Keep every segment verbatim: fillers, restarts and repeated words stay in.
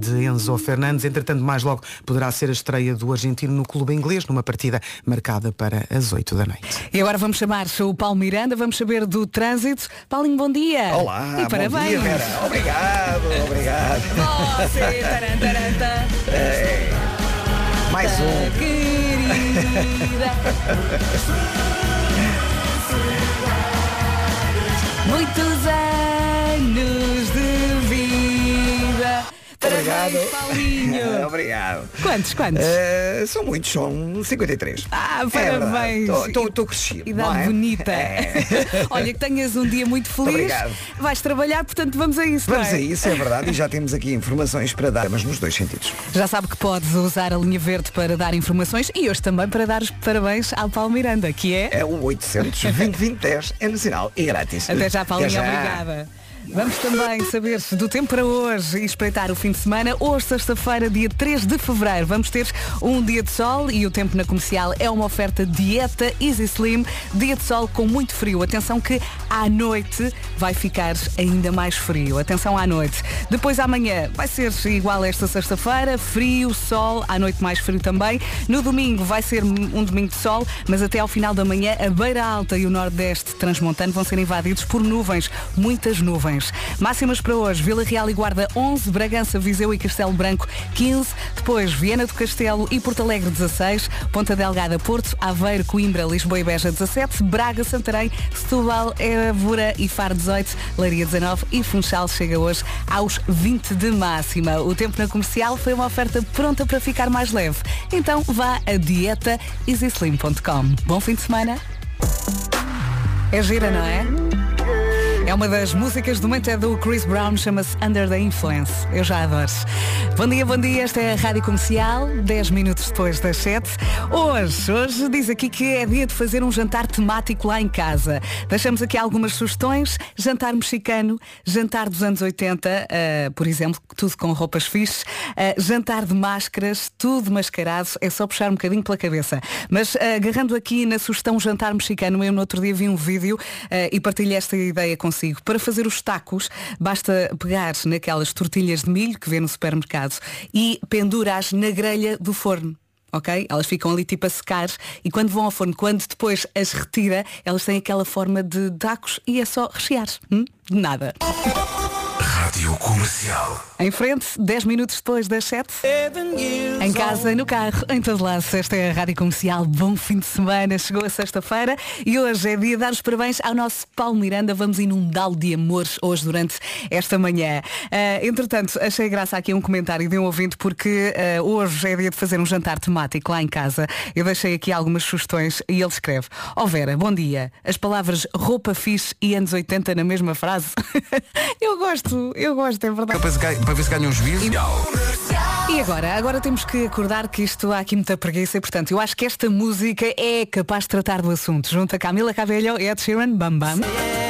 de Enzo Fernandes. Entretanto, mais logo poderá ser a estreia do argentino no clube inglês, numa partida marcada para as oito da noite. E agora vamos chamar o Paulo Miranda, vamos saber do trânsito. Paulinho, bom dia. Olá, e bom parabéns. dia, Vera. Obrigado, obrigado. Você, taran, taran, taran. É, mais um. Querida. Muitos anos de vida. Obrigado. Parabéns, Paulinho. Obrigado. Quantos, quantos? Uh, são muitos, são cinquenta e três. Ah, parabéns. Estou crescido. Idade não é? bonita. É. Olha, que tenhas um dia muito feliz. Obrigado. Vais trabalhar, portanto vamos a isso. Vamos não é? a isso, é verdade. E já temos aqui informações para dar, mas nos dois sentidos. Já sabe que podes usar a linha verde para dar informações e hoje também para dar os parabéns ao Paulo Miranda, que é... É o oitocentos, vinte, vinte, dez, é nacional e grátis. Até já, Paulinho, Até já. obrigada. Vamos também saber do tempo para hoje e espreitar o fim de semana. Hoje, sexta-feira, dia três de fevereiro, vamos ter um dia de sol e o tempo na comercial é uma oferta dieta Easy Slim. Dia de sol com muito frio. Atenção que à noite vai ficar ainda mais frio. Atenção à noite. Depois amanhã vai ser igual a esta sexta-feira. Frio, sol, à noite mais frio também. No domingo vai ser um domingo de sol, mas até ao final da manhã a Beira Alta e o Nordeste Transmontano vão ser invadidos por nuvens. Muitas nuvens. Máximas para hoje, Vila Real e Guarda onze, Bragança, Viseu e Castelo Branco quinze, depois Viana do Castelo e Porto Alegre dezasseis, Ponta Delgada, Porto, Aveiro, Coimbra, Lisboa e Beja dezassete, Braga, Santarém, Setúbal, Évora e Faro dezoito, Leiria dezanove e Funchal chega hoje aos vinte de máxima. O tempo na comercial foi uma oferta pronta para ficar mais leve. Então vá a dieta easy slim ponto com. Bom fim de semana. É gira, não é? É uma das músicas do momento, é do Chris Brown, chama-se Under the Influence. Eu já adoro. Bom dia, bom dia, esta é a Rádio Comercial, dez minutos depois das sete. Hoje, hoje diz aqui que é dia de fazer um jantar temático lá em casa. Deixamos aqui algumas sugestões. Jantar mexicano, jantar dos anos oitenta, uh, por exemplo, tudo com roupas fixes. Uh, jantar de máscaras, tudo mascarado, é só puxar um bocadinho pela cabeça. Mas uh, agarrando aqui na sugestão jantar mexicano, eu no outro dia vi um vídeo uh, e partilhei esta ideia com Para fazer os tacos, basta pegar naquelas tortilhas de milho que vê no supermercado e penduras na grelha do forno. Ok? Elas ficam ali tipo a secar e quando vão ao forno, quando depois as retira, elas têm aquela forma de tacos e é só rechear. Hum? De nada. Rádio Comercial. Em frente, dez minutos depois das sete. Em casa, no carro, em todo lado. Esta é a Rádio Comercial. Bom fim de semana. Chegou a sexta-feira e hoje é dia de dar os parabéns ao nosso Paulo Miranda. Vamos inundá-lo de amores hoje durante esta manhã. Uh, entretanto, achei graça aqui um comentário de um ouvinte porque uh, hoje é dia de fazer um jantar temático lá em casa. Eu deixei aqui algumas sugestões e ele escreve: Ó oh Vera, bom dia. As palavras roupa fixe e anos oitenta na mesma frase. Eu gosto, eu gosto, é verdade. Para ver se ganham uns vídeos. E agora? Agora temos que acordar que isto há aqui muita preguiça e, portanto, eu acho que esta música é capaz de tratar do assunto. Junto a Camila Cabello e Ed Sheeran, Bam Bam.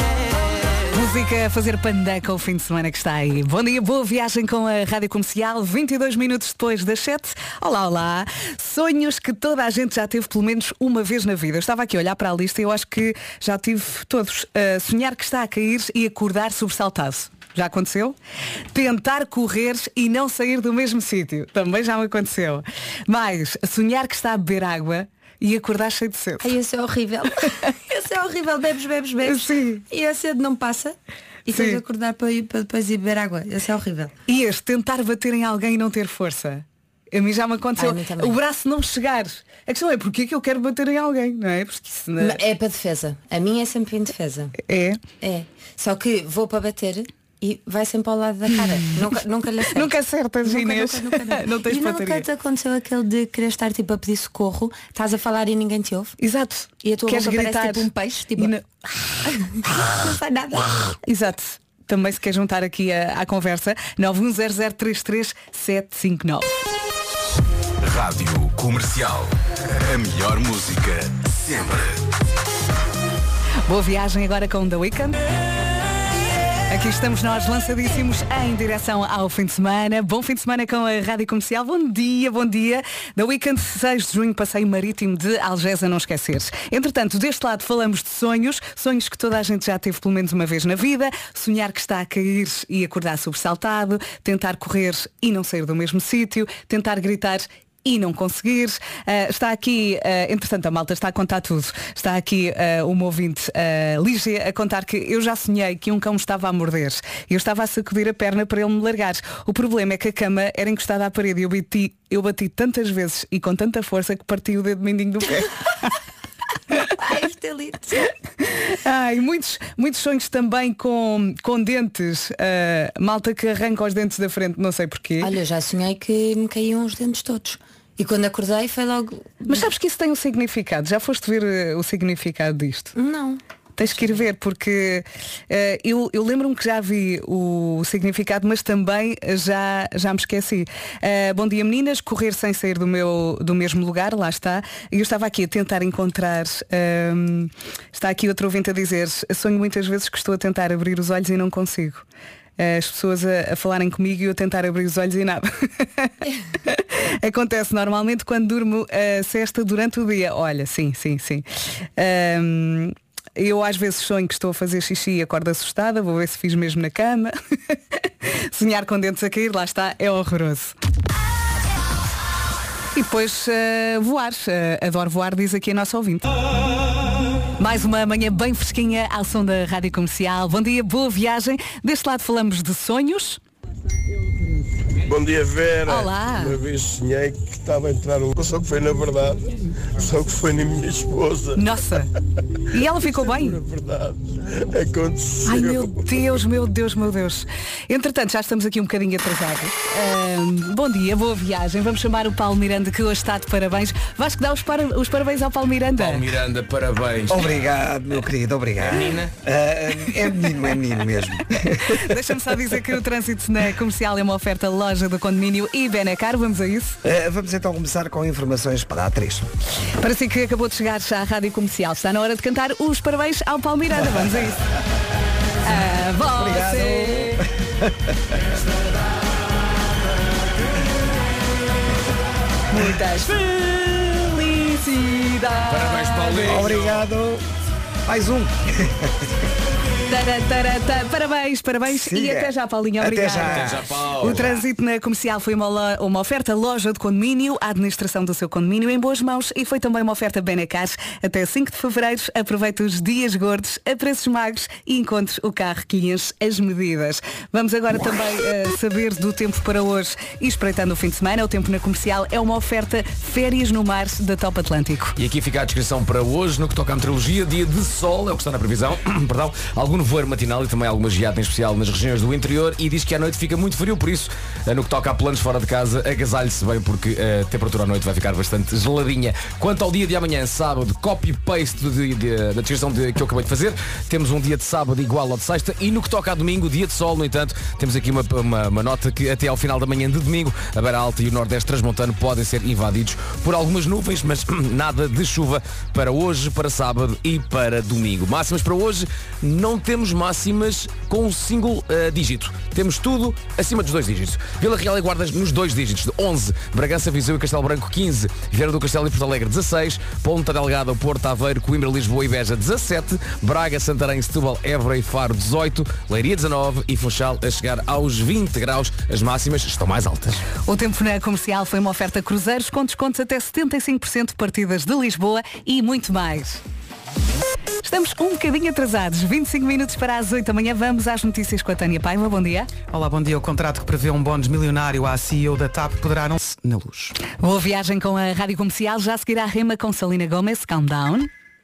Música a fazer pandeca o fim de semana que está aí. Bom dia, boa viagem com a Rádio Comercial, vinte e dois minutos depois das sete. Olá, olá. Sonhos que toda a gente já teve pelo menos uma vez na vida. Eu estava aqui a olhar para a lista e eu acho que já tive todos. Uh, sonhar que está a cair e acordar sobressaltado. Já aconteceu? Tentar correr e não sair do mesmo sítio. Também já me aconteceu. Mais, sonhar que está a beber água e acordar cheio de sede. Ai, isso é horrível. Isso é horrível. Bebes, bebes, bebes. Sim. E a sede não passa. E tens de acordar para, ir, para depois ir beber água. Isso é horrível. E este, tentar bater em alguém e não ter força. A mim já me aconteceu. Ai, o braço não chegar. A questão é porque é que eu quero bater em alguém, não é? Porque isso não... É para defesa. A minha é sempre em defesa. É? É. Só que vou para bater e vai sempre ao lado da cara. nunca, nunca lhe acerta. Nunca acertas, Inês. Nunca, nunca, nunca. Não tens e pataria. nunca te aconteceu aquele de querer estar tipo a pedir socorro, estás a falar e ninguém te ouve? Exato. E a tua Queres boca gritar parece tipo um peixe, tipo... não... não sai nada. Exato. Também se quer juntar aqui à, à conversa, nove um zero zero três três sete cinco nove. Rádio Comercial. A melhor música sempre. Boa viagem agora com The Weeknd. Aqui estamos nós, lançadíssimos em direção ao fim de semana. Bom fim de semana com a Rádio Comercial. Bom dia, bom dia. Da Weekend seis de junho, passeio marítimo de Algés a não esqueceres. Entretanto, deste lado falamos de sonhos, sonhos que toda a gente já teve pelo menos uma vez na vida, sonhar que está a cair e acordar sobressaltado, tentar correr e não sair do mesmo sítio, tentar gritar e não conseguires. Uh, está aqui, uh, entretanto a malta está a contar tudo. Está aqui uh, uma ouvinte, uh, Lígia, a contar que eu já sonhei que um cão me estava a morder. Eu estava a sacudir a perna para ele me largar. O problema é que a cama era encostada à parede e eu bati, eu bati tantas vezes e com tanta força que parti o dedo mindinho do pé. Ai, isto é lindo. Ai, muitos, muitos sonhos também com, com dentes. Uh, malta que arranca os dentes da frente, não sei porquê. Olha, já sonhei que me caíam os dentes todos. E quando acordei foi logo... Mas sabes que isso tem um significado? Já foste ver uh, o significado disto? Não. Tens que ir ver, porque uh, eu, eu lembro-me que já vi o significado, mas também já, já me esqueci. Uh, bom dia, meninas. Correr sem sair do, meu, do mesmo lugar, lá está. E eu estava aqui a tentar encontrar... Um, está aqui outro ouvinte a dizer: sonho muitas vezes que estou a tentar abrir os olhos e não consigo. As pessoas a, a falarem comigo e eu a tentar abrir os olhos e nada. Acontece normalmente quando durmo a cesta durante o dia. Olha, sim, sim, sim. Um, eu às vezes sonho que estou a fazer xixi e acordo assustada, vou ver se fiz mesmo na cama. Sonhar com dentes a cair, lá está, é horroroso. E depois uh, voar. Uh, adoro voar, diz aqui a nossa ouvinte. Mais uma manhã bem fresquinha ao som da Rádio Comercial. Bom dia, boa viagem. Deste lado falamos de sonhos. Bom dia, Vera. Olá. Uma vez sonhei que estava a entrar um... Só que foi na verdade. Só que foi na minha esposa. Nossa. E ela ficou bem? Na verdade. Aconteceu. Ai, meu Deus, meu Deus, meu Deus. Entretanto, já estamos aqui um bocadinho atrasados. Um, bom dia, boa viagem. Vamos chamar o Paulo Miranda, que hoje está de parabéns. Vais que dar os, para... os parabéns ao Paulo Miranda. Paulo Miranda, parabéns. Obrigado, meu querido, obrigado. Menina? Uh, é menino, é menino mesmo. Deixa-me só dizer que o trânsito na Comercial é uma oferta loja do condomínio e Benacar. Vamos a isso? Uh, vamos então começar com informações para a atriz. Para si que acabou de chegar à Rádio Comercial, está na hora de cantar os parabéns ao Paulo Miranda. Vamos a isso. A você. Muitas felicidades. Parabéns, Paulinho. Obrigado. Mais um. Tara, tara, tara. Parabéns, parabéns. Siga. E até já, Paulinho. Até Obrigada. já. Até já, Paulo. O trânsito na Comercial foi uma, lo- uma oferta loja de condomínio, a administração do seu condomínio em boas mãos, e foi também uma oferta Benacar. Até cinco de fevereiro, aproveite os dias gordos a preços magros e encontre o carro que enche as medidas. Vamos agora também uh, saber do tempo para hoje e espreitando o fim de semana. O tempo na Comercial é uma oferta férias no mar da Top Atlântico. E aqui fica a descrição para hoje, no que toca à meteorologia. Dia de sol, é o que está na previsão. Perdão. Algum nevoeiro matinal e também alguma geada, em especial nas regiões do interior, e diz que à noite fica muito frio, por isso, no que toca a planos fora de casa, agasalhe-se bem, porque a temperatura à noite vai ficar bastante geladinha. Quanto ao dia de amanhã, sábado, copy-paste de, de, da descrição de, que eu acabei de fazer. Temos um dia de sábado igual ao de sexta, e no que toca a domingo, dia de sol, no entanto, temos aqui uma, uma, uma nota que até ao final da manhã de domingo, a Beira Alta e o Nordeste Transmontano podem ser invadidos por algumas nuvens, mas nada de chuva para hoje, para sábado e para domingo. Máximas para hoje, não temos máximas com um single uh, dígito. Temos tudo acima dos dois dígitos. Vila Real e Guardas nos dois dígitos, de onze, Bragança, Viseu e Castelo Branco quinze, Vieira do Castelo e Porto Alegre dezasseis, Ponta Delgada, Porto Aveiro, Coimbra, Lisboa e Beja dezassete, Braga, Santarém, Setúbal, Évora e Faro dezoito, Leiria dezanove e Funchal a chegar aos vinte graus. As máximas estão mais altas. O tempo na Comercial foi uma oferta cruzeiros com descontos até setenta e cinco por cento, partidas de Lisboa e muito mais. Estamos um bocadinho atrasados, vinte e cinco minutos para as oito da manhã. Vamos às notícias com a Tânia Paiva. Bom dia. Olá, bom dia. O contrato que prevê um bónus milionário à C E O da T A P poderá não se na luz. Boa viagem com a Rádio Comercial. Já seguirá a Rema com Salina Gomes. Calm down.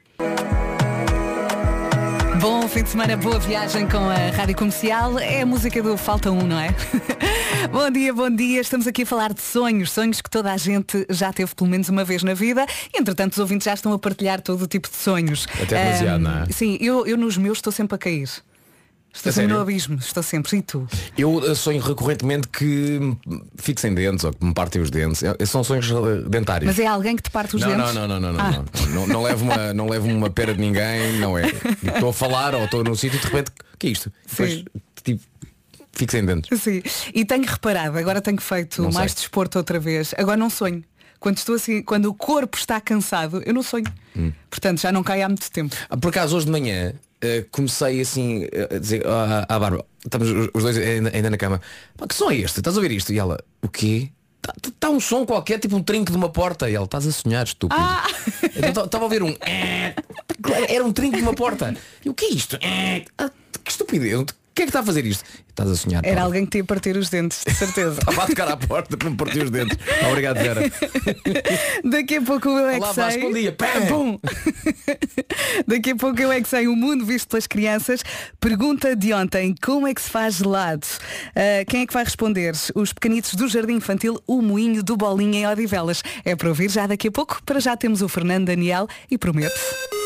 Bom fim de semana, boa viagem com a Rádio Comercial. É a música do Falta um, não é? Bom dia, bom dia. Estamos aqui a falar de sonhos. Sonhos que toda a gente já teve pelo menos uma vez na vida. Entretanto, os ouvintes já estão a partilhar todo o tipo de sonhos. Até demasiado, não é? Sim, eu, eu nos meus estou sempre a cair. Estou A sempre sério? no abismo. Estou sempre. E tu? Eu uh, sonho recorrentemente que me fixem dentes ou que me partem os dentes. É- São sonhos uh, dentários. Mas é alguém que te parte os Não, dentes? não, não, não, não, Ah. não, não, não, não levo uma, não levo uma pera de ninguém, não é. Estou a falar ou estou num sítio e de repente, o que é isto? Depois Sim. tipo, fico sem dentes. Sim, e tenho reparado, agora tenho feito Não mais sei. desporto outra vez, agora não sonho. Quando estou assim, quando o corpo está cansado, eu não sonho. Hum. Portanto, já não cai há muito tempo. Ah, por acaso hoje de manhã uh, comecei assim a dizer à, à Bárbara, estamos os dois ainda, ainda na cama, pá, que som é este? Estás a ouvir isto? E ela, o quê? Está tá um som qualquer, tipo um trinco de uma porta. E ela, estás a sonhar, estúpido. Ah! Então estava a ouvir um era um trinco de uma porta. E o que é isto? Ah, que estupidez. O que é que está a fazer isto? Estás a sonhar. Era Paulo. alguém que te ia partir os dentes, de certeza. Estava a tocar à porta para me partir os dentes. Obrigado, Vera. Daqui a pouco eu é que Olá, sei. Vasco, bom dia. Pam! Bom. Daqui a pouco eu é que sei o mundo visto pelas crianças. Pergunta de ontem, como é que se faz gelado? Uh, quem é que vai responder? Os pequenitos do Jardim Infantil, o Moinho do Bolinha em Odivelas. É para ouvir já daqui a pouco. Para já temos o Fernando Daniel e promete.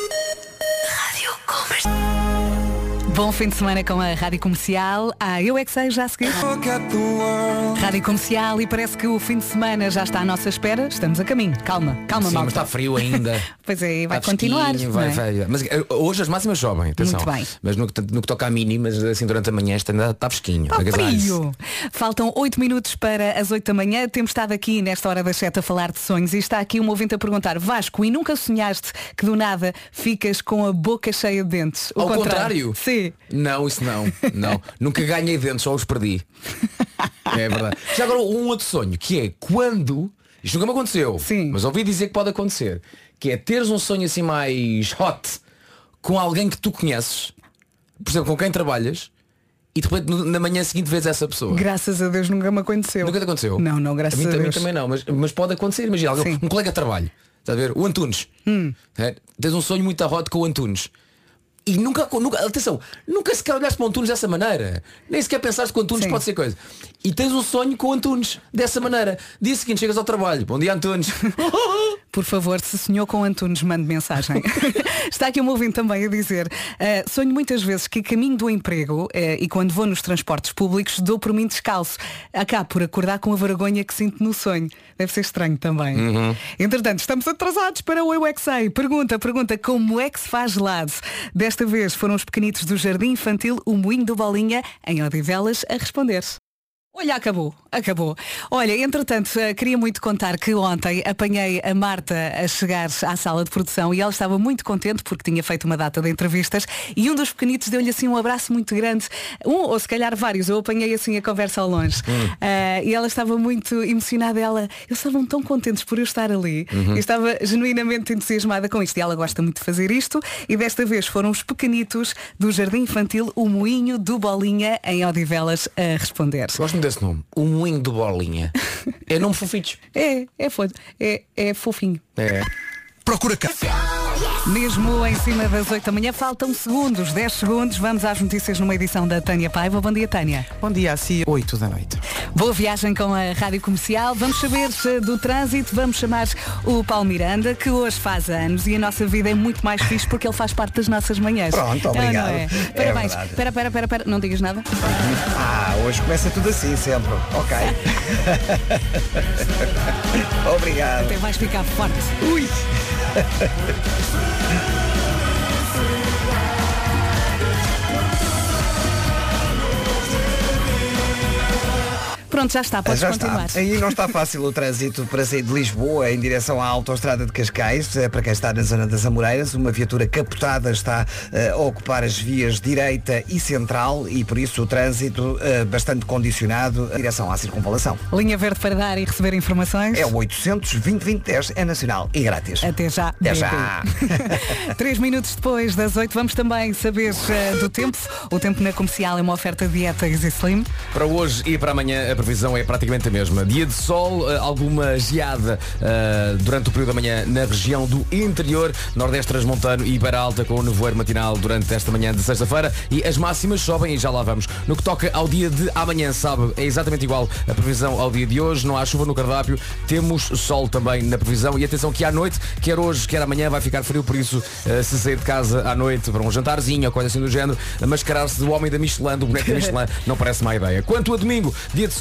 Rádio Comercial. Bom fim de semana com a Rádio Comercial. Ah, eu é que sei já a seguir. Rádio Comercial, e parece que o fim de semana já está à nossa espera. Estamos a caminho. Calma, calma, Sim, malta. mas está frio ainda. Pois é, vai Está continuar. fresquinho, vai, não é? vai. Mas uh, hoje as máximas sobem, atenção. Muito bem. Mas no, que- no que toca a mínimas, assim durante a manhã, esta ainda está fresquinho. Está Agasalhe-se. frio. Faltam oito minutos para as oito da manhã. Temos estado aqui nesta hora das sete a falar de sonhos e está aqui um ouvinte a perguntar: Vasco, e nunca sonhaste que do nada ficas com a boca cheia de dentes? O Ao contrário? Sim. Não, isso não. Não. Nunca ganhei dentes, só os perdi. É verdade. Já agora um outro sonho, que é quando. Isto nunca me aconteceu. Sim. Mas ouvi dizer que pode acontecer. Que é teres um sonho assim mais hot com alguém que tu conheces, por exemplo, com quem trabalhas, e de repente no- na manhã seguinte vês essa pessoa. Graças a Deus nunca me aconteceu. Nunca te aconteceu? Não, não, graças a mim a também, Deus. também não, mas, mas pode acontecer. Imagina, alguém- Sim. um colega de trabalho, estás a ver? O Antunes. Hum. É? Tens um sonho muito hot com o Antunes. E nunca, nunca, atenção, nunca sequer olhaste para o Antunes dessa maneira. Nem sequer pensaste que o Antunes Sim. pode ser coisa. E tens um sonho com o Antunes dessa maneira. Dia seguinte chegas ao trabalho. Bom dia, Antunes. Por favor, se sonhou com Antunes, mande mensagem. Está aqui um ouvinte também a dizer: ah, sonho muitas vezes que caminho do emprego eh, e quando vou nos transportes públicos dou por mim descalço. Acabo por acordar com a vergonha que sinto no sonho. Deve ser estranho também. Entretanto, estamos atrasados para o Eu É Que Sei. Pergunta, pergunta, como é que se faz gelado? Desta vez foram os pequenitos do Jardim Infantil, o Moinho do Bolinha, em Odivelas, a responder. Olha, acabou, acabou. Olha, entretanto, eh, queria muito contar que ontem apanhei a Marta a chegar à sala de produção e ela estava muito contente porque tinha feito uma data de entrevistas e um dos pequenitos deu-lhe assim um abraço muito grande, um ou se calhar vários, eu apanhei assim a conversa ao longe. Eh, e ela estava muito emocionada, ela, eles estavam tão contentes por eu estar ali e estava genuinamente entusiasmada com isto e ela gosta muito de fazer isto e desta vez foram os pequenitos do Jardim Infantil, o Moinho do Bolinha, em Odivelas, a responder. Gosto-me desse nome. O Moinho de Bolinha. É nome fofitos. É, é, fo- é, é fofinho. É. Procura cá. Mesmo em cima das oito da manhã, faltam segundos, dez segundos. Vamos às notícias numa edição da Tânia Paiva. Bom dia, Tânia. Bom dia, assim, oito da noite. Boa viagem com a Rádio Comercial. Vamos saber eh, do trânsito. Vamos chamar o Paulo Miranda, que hoje faz anos e a nossa vida é muito mais fixe porque ele faz parte das nossas manhãs. Pronto, Não, não obrigado. é? É Parabéns. verdade. Espera, espera, espera, espera. Não digas nada. Ah, hoje começa tudo assim sempre. Ok. Obrigado. Até vais ficar forte. Ui. Pronto, já está. Podes Já continuar. está. Aí não está fácil o trânsito para sair de Lisboa em direção à autoestrada de Cascais. Eh, Para quem está na zona das Amoreiras, uma viatura capotada está eh, a ocupar as vias direita e central e por isso o trânsito eh, bastante condicionado em direção à circunvalação. Linha verde para dar e receber informações. É o oitocentos, vinte, vinte, dez, é nacional e grátis. Até já. Até já. Três minutos depois das oito, vamos também saber eh, do tempo. O tempo na comercial é uma oferta de dieta Easy Slim. Para hoje e para amanhã a previsão é praticamente a mesma. Dia de sol, eh, alguma geada eh, durante o período da manhã na região do interior, Nordeste Transmontano e Beira Alta com o nevoeiro matinal durante esta manhã de sexta-feira e as máximas sobem e já lá vamos. No que toca ao dia de amanhã, sabe, é exatamente igual a previsão ao dia de hoje, não há chuva no cardápio, temos sol também na previsão e atenção que à noite, quer hoje, quer amanhã vai ficar frio, por isso eh, se sair de casa à noite para um jantarzinho ou coisa assim do género, mascarar-se do homem da Michelin, do boneco da Michelin, não parece má ideia. Quanto a domingo, dia de sol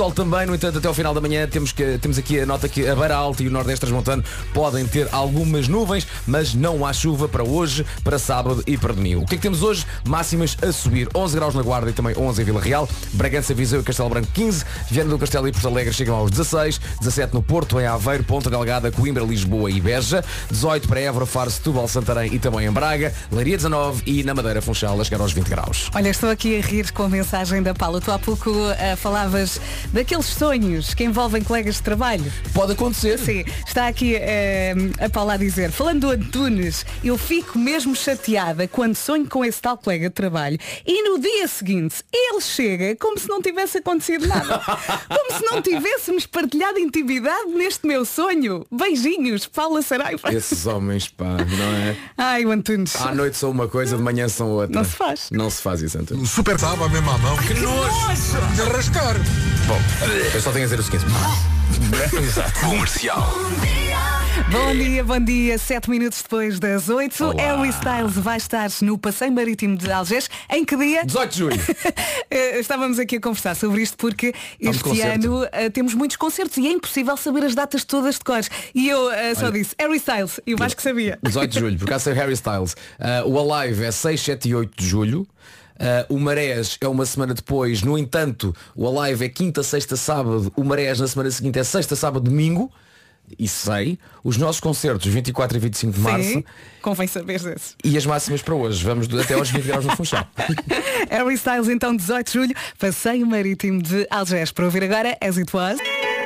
sol também, no entanto, até ao final da manhã temos, que, temos aqui a nota que a Beira Alta e o Nordeste Transmontano podem ter algumas nuvens, mas não há chuva para hoje, para sábado e para domingo. O que é que temos hoje? Máximas a subir. onze graus na Guarda e também onze em Vila Real. Bragança, Viseu e Castelo Branco quinze. Viana do Castelo e Porto Alegre chegam aos dezasseis. dezassete no Porto, em Aveiro, Ponta Delgada, Coimbra, Lisboa e Beja. dezoito para Évora, Faro, Setúbal, Santarém e também em Braga. Leiria dezanove e na Madeira Funchal a chegar aos vinte graus. Olha, estou aqui a rir com a mensagem da Paula. Tu há pouco uh, falavas daqueles sonhos que envolvem colegas de trabalho. Pode acontecer. Sim, está aqui uh, a Paula a dizer, falando do Antunes, eu fico mesmo chateada quando sonho com esse tal colega de trabalho e no dia seguinte ele chega como se não tivesse acontecido nada. Como se não tivéssemos partilhado intimidade neste meu sonho. Beijinhos, Paula Saraiva. Esses homens, pá, não é? Ai, o Antunes. À noite são uma coisa, de manhã são outra. Não se faz. Não se faz isso, Antunes. Super estava a mesma mão. Que nojo! De rascar. Bom, eu só tenho a dizer o seguinte. Comercial. Bom dia, bom dia. Sete minutos depois das oito. Harry Styles vai estar no Passeio Marítimo de Algés. Em que dia? dezoito de julho. Estávamos aqui a conversar sobre isto porque Vamos este ano uh, temos muitos concertos e é impossível saber as datas todas de cores. E eu uh, só Olha, disse Harry Styles e eu acho que sabia. dezoito de julho, por acaso é Harry Styles. Uh, o Alive é seis, sete e oito de julho. Uh, o Marés é uma semana depois. No entanto, o Alive é quinta, sexta, sábado. O Marés na semana seguinte é sexta, sábado, domingo. E sei, os nossos concertos vinte e quatro e vinte e cinco de março. Sim, convém saber desses. E as máximas para hoje. Vamos até aos vinte graus no Funchal. Harry Styles então dezoito de julho, Passeio Marítimo de Algés. Para ouvir agora, As It Was.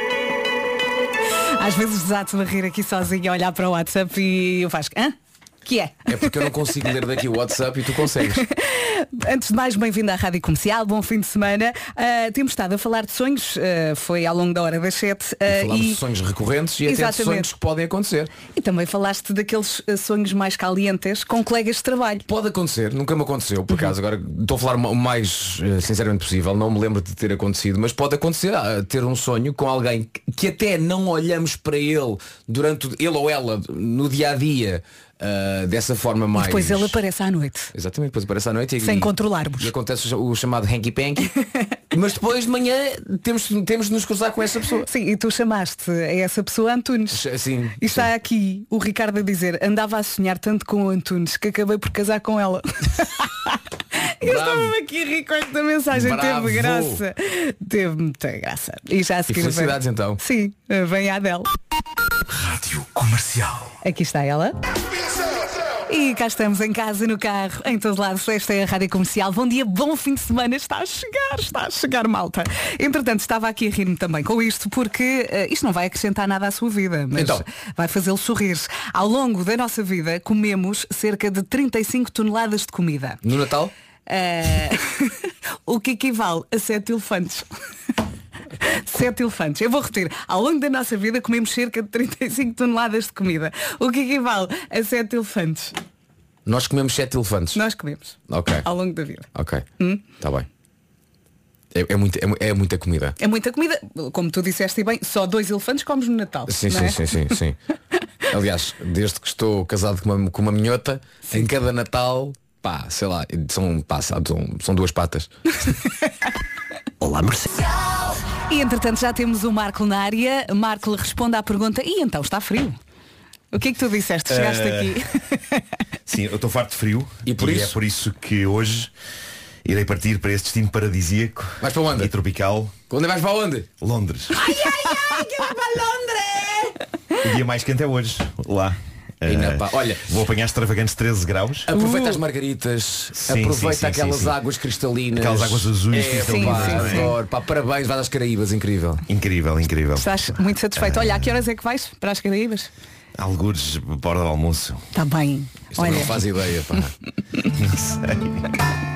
Às vezes desato-me a rir aqui sozinho a olhar para o WhatsApp e eu faço, hã? Que é? É porque eu não consigo ler daqui o WhatsApp e tu consegues. Antes de mais, bem-vindo à Rádio Comercial, bom fim de semana. Uh, temos estado a falar de sonhos, uh, foi ao longo da hora das sete. Uh, Falamos e... de sonhos recorrentes e até de sonhos que podem acontecer. E também falaste daqueles uh, sonhos mais calientes com colegas de trabalho. Pode acontecer, nunca me aconteceu, por acaso, agora estou a falar o mais uh, sinceramente possível, não me lembro de ter acontecido, mas pode acontecer uh, ter um sonho com alguém que, que até não olhamos para ele durante ele ou ela no dia a dia. Uh, dessa forma mais... E depois ele aparece à noite. Exatamente, depois aparece à noite e, sem controlarmos. E acontece o, o chamado hanky-panky. Mas depois de manhã temos, temos de nos cruzar com essa pessoa. Sim, e tu chamaste a essa pessoa Antunes. Sim. E está sim. Aqui o Ricardo a dizer, andava a sonhar tanto com o Antunes que acabei por casar com ela. Eu estava aqui a rir com esta mensagem. Bravo. Teve graça. Teve muita graça. E já a seguir. E felicidades vem... então. Sim, vem a Adele. Rádio Comercial. Aqui está ela. E cá estamos em casa, no carro, em todo lado. Esta é a Rádio Comercial. Bom dia, bom fim de semana. Está a chegar, está a chegar, malta. Entretanto, estava aqui a rir-me também com isto, porque uh, isto não vai acrescentar nada à sua vida, mas então vai fazê-lo sorrir. Ao longo da nossa vida, comemos cerca de trinta e cinco toneladas de comida. No Natal? Uh... o que equivale a sete elefantes. Sete elefantes. Eu vou repetir. Ao longo da nossa vida comemos cerca de trinta e cinco toneladas de comida. O que equivale a sete elefantes. Nós comemos sete elefantes. Nós comemos. Ok. Ao longo da vida. Ok. Hum? Tá bem. É, é, muito, é, é muita comida. É muita comida. Como tu disseste bem, só dois elefantes comes no Natal. Sim, não sim, é? sim, sim, sim. Aliás, desde que estou casado com uma, com uma minhota, sim. Em cada Natal, pá, sei lá, são, pá, são, são duas patas. Olá, Mercedes. E entretanto já temos o Marco na área. Marco responde à pergunta, e então está frio? O que é que tu disseste? Chegaste uh... aqui. Sim, eu estou farto de frio. E, por e isso? É por isso que hoje irei partir para esse destino paradisíaco. Vais para onde? E tropical. Onde vais para onde? Londres. Ai, ai, ai, que vai para Londres! O dia mais quente é hoje, lá. Uh, Olha, vou apanhar extravagantes treze graus. Aproveita uh. as margaritas. Sim, aproveita sim, sim, aquelas sim, sim. águas cristalinas. Aquelas águas azuis é, cristalinas. Sim, sim, sim. Pá, parabéns, vais às Caraíbas, incrível. Incrível, incrível. Estás muito satisfeito. Olha, a que horas é que vais para as Caraíbas? Algures para a hora do almoço. Está bem. Isto Olha, não faz ideia, pá. Não sei.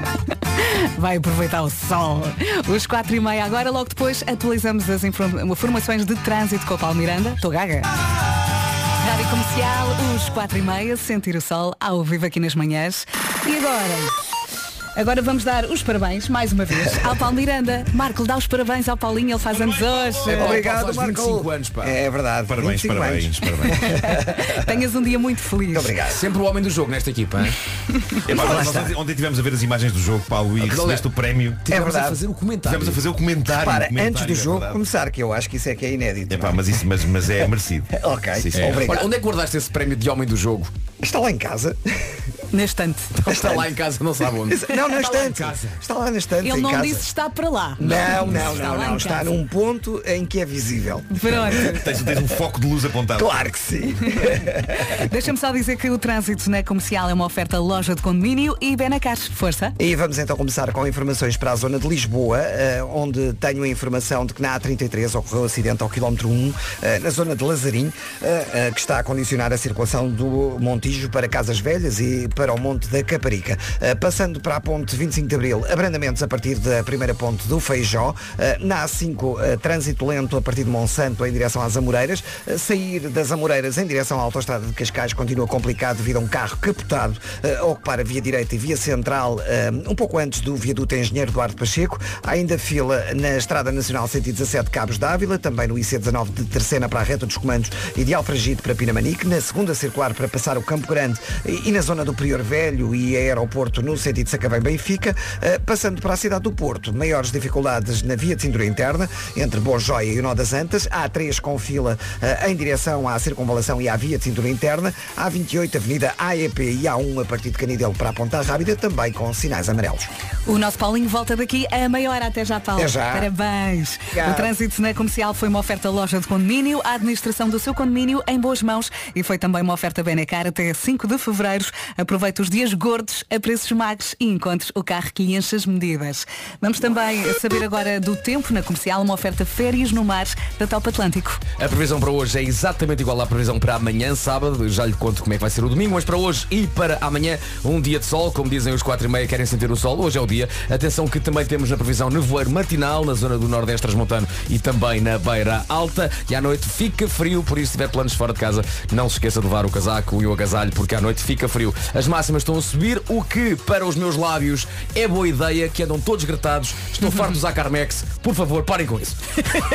Vai aproveitar o sol. Os quatro e meia agora, logo depois atualizamos as informações de trânsito com o Paulo Miranda. Estou gaga. Rádio Comercial, os quatro e meia, sentir o sol ao vivo aqui nas manhãs. E agora, Agora vamos dar os parabéns, mais uma vez, ao Paulo Miranda. Marco, dá os parabéns ao Paulinho, ele faz anos hoje. É, obrigado, Marco. vinte e cinco anos, pá. É verdade. Parabéns, parabéns, parabéns. Tenhas um dia muito feliz. Muito obrigado. Sempre o homem do jogo nesta equipa, hein? Epá, nós ontem, ontem tivemos a ver as imagens do jogo, Paulo, e recebeste o prémio. Tivemos verdade. a fazer o comentário. Tivemos a fazer o comentário. Para, o comentário, antes do é jogo verdade. começar, que eu acho que isso é que é inédito. Epá, mas, isso, mas, mas é merecido. Ok, Sim, sim. obrigado. Olha, onde é que guardaste esse prémio de homem do jogo? Está lá em casa. Na estante. Está lá em casa, não sabe onde. Não, na Está lá em estante. casa. Está lá na estante. Ele em não casa. disse está para lá. Não, não, Está não, lá não. em Está casa. num ponto em que é visível. Pronto. Tens, tens um foco de luz apontado. Claro que sim. Deixa-me só dizer que o trânsito na comercial é uma oferta loja de condomínio e Benacar. Força. E vamos então começar com informações para a zona de Lisboa, eh, onde tenho a informação de que na A trinta e três ocorreu um acidente ao quilómetro um, eh, na zona de Lazarim, eh, eh, que está a condicionar a circulação do Montijo para Casas Velhas e para o Monte da Caparica. Eh, passando para a ponte vinte e cinco de Abril, abrandamentos a partir da primeira ponte do Feijó. Eh, na A cinco, eh, trânsito lento a partir de Monsanto em direção às Amoreiras. Eh, sair das Amoreiras em direção à autoestrada de Cascais continua complicado devido a um carro capotado eh, a ocupar a via direita e via central eh, um pouco antes do viaduto Engenheiro Eduardo Pacheco. Há ainda fila na Estrada Nacional cento e dezassete Cabos d'Ávila, também no I C dezanove de Terceira para a reta dos Comandos e de Alfragide para Pinamanique, na segunda circular para passar o Campo Grande e, e na zona do Prior Velho e aeroporto no sentido de Sacavém-Benfica, eh, passando para a cidade do Porto. Maiores dificuldades na via de cintura interna, entre Boa Joia e o Nó das Antas. Há três com fila eh, em direção à circunvalação e à via de cintura interna. Há vinte e oito, Avenida A E P e A um a partir de Canidelo para a Ponta Rábida, também com sinais amarelos. O nosso Paulinho volta daqui a meia hora. Até já, Paulo. Até já. Parabéns. Obrigado. O trânsito na comercial foi uma oferta loja de condomínio, a administração do seu condomínio em boas mãos e foi também uma oferta Benacar até cinco de fevereiro. Aproveite os dias gordos a preços magros e encontre o carro que lhe enche as medidas. Vamos também saber agora do tempo na comercial, uma oferta férias no mar da Top Atlântico. A previsão para hoje é exatamente igual à previsão para amanhã, sábado. Já lhe conto como é que vai ser o domingo, mas para hoje e para amanhã, um dia de sol, como dizem os quatro e meia, querem sentir o sol. Hoje é o dia. Atenção que também temos na previsão nevoeiro matinal na zona do Nordeste Transmontano e também na Beira Alta. E à noite fica frio, por isso se tiver planos fora de casa, não se esqueça de levar o casaco e o agasalho, porque à noite fica frio. As máximas estão a subir, o que para os meus lábios é boa ideia, que andam todos gretados. Estou farto de usar Carmex. Por favor, parem com isso.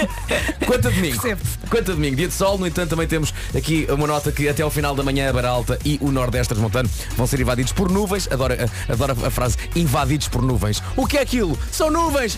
Quanto a domingo, quanto a domingo, dia de sol, no entanto também temos aqui uma nota que até ao final da manhã a Beira Alta e o Nordeste Transmontano vão ser invadidos por nuvens. Adoro, adoro a frase invadidos por nuvens. O que é aquilo? São nuvens!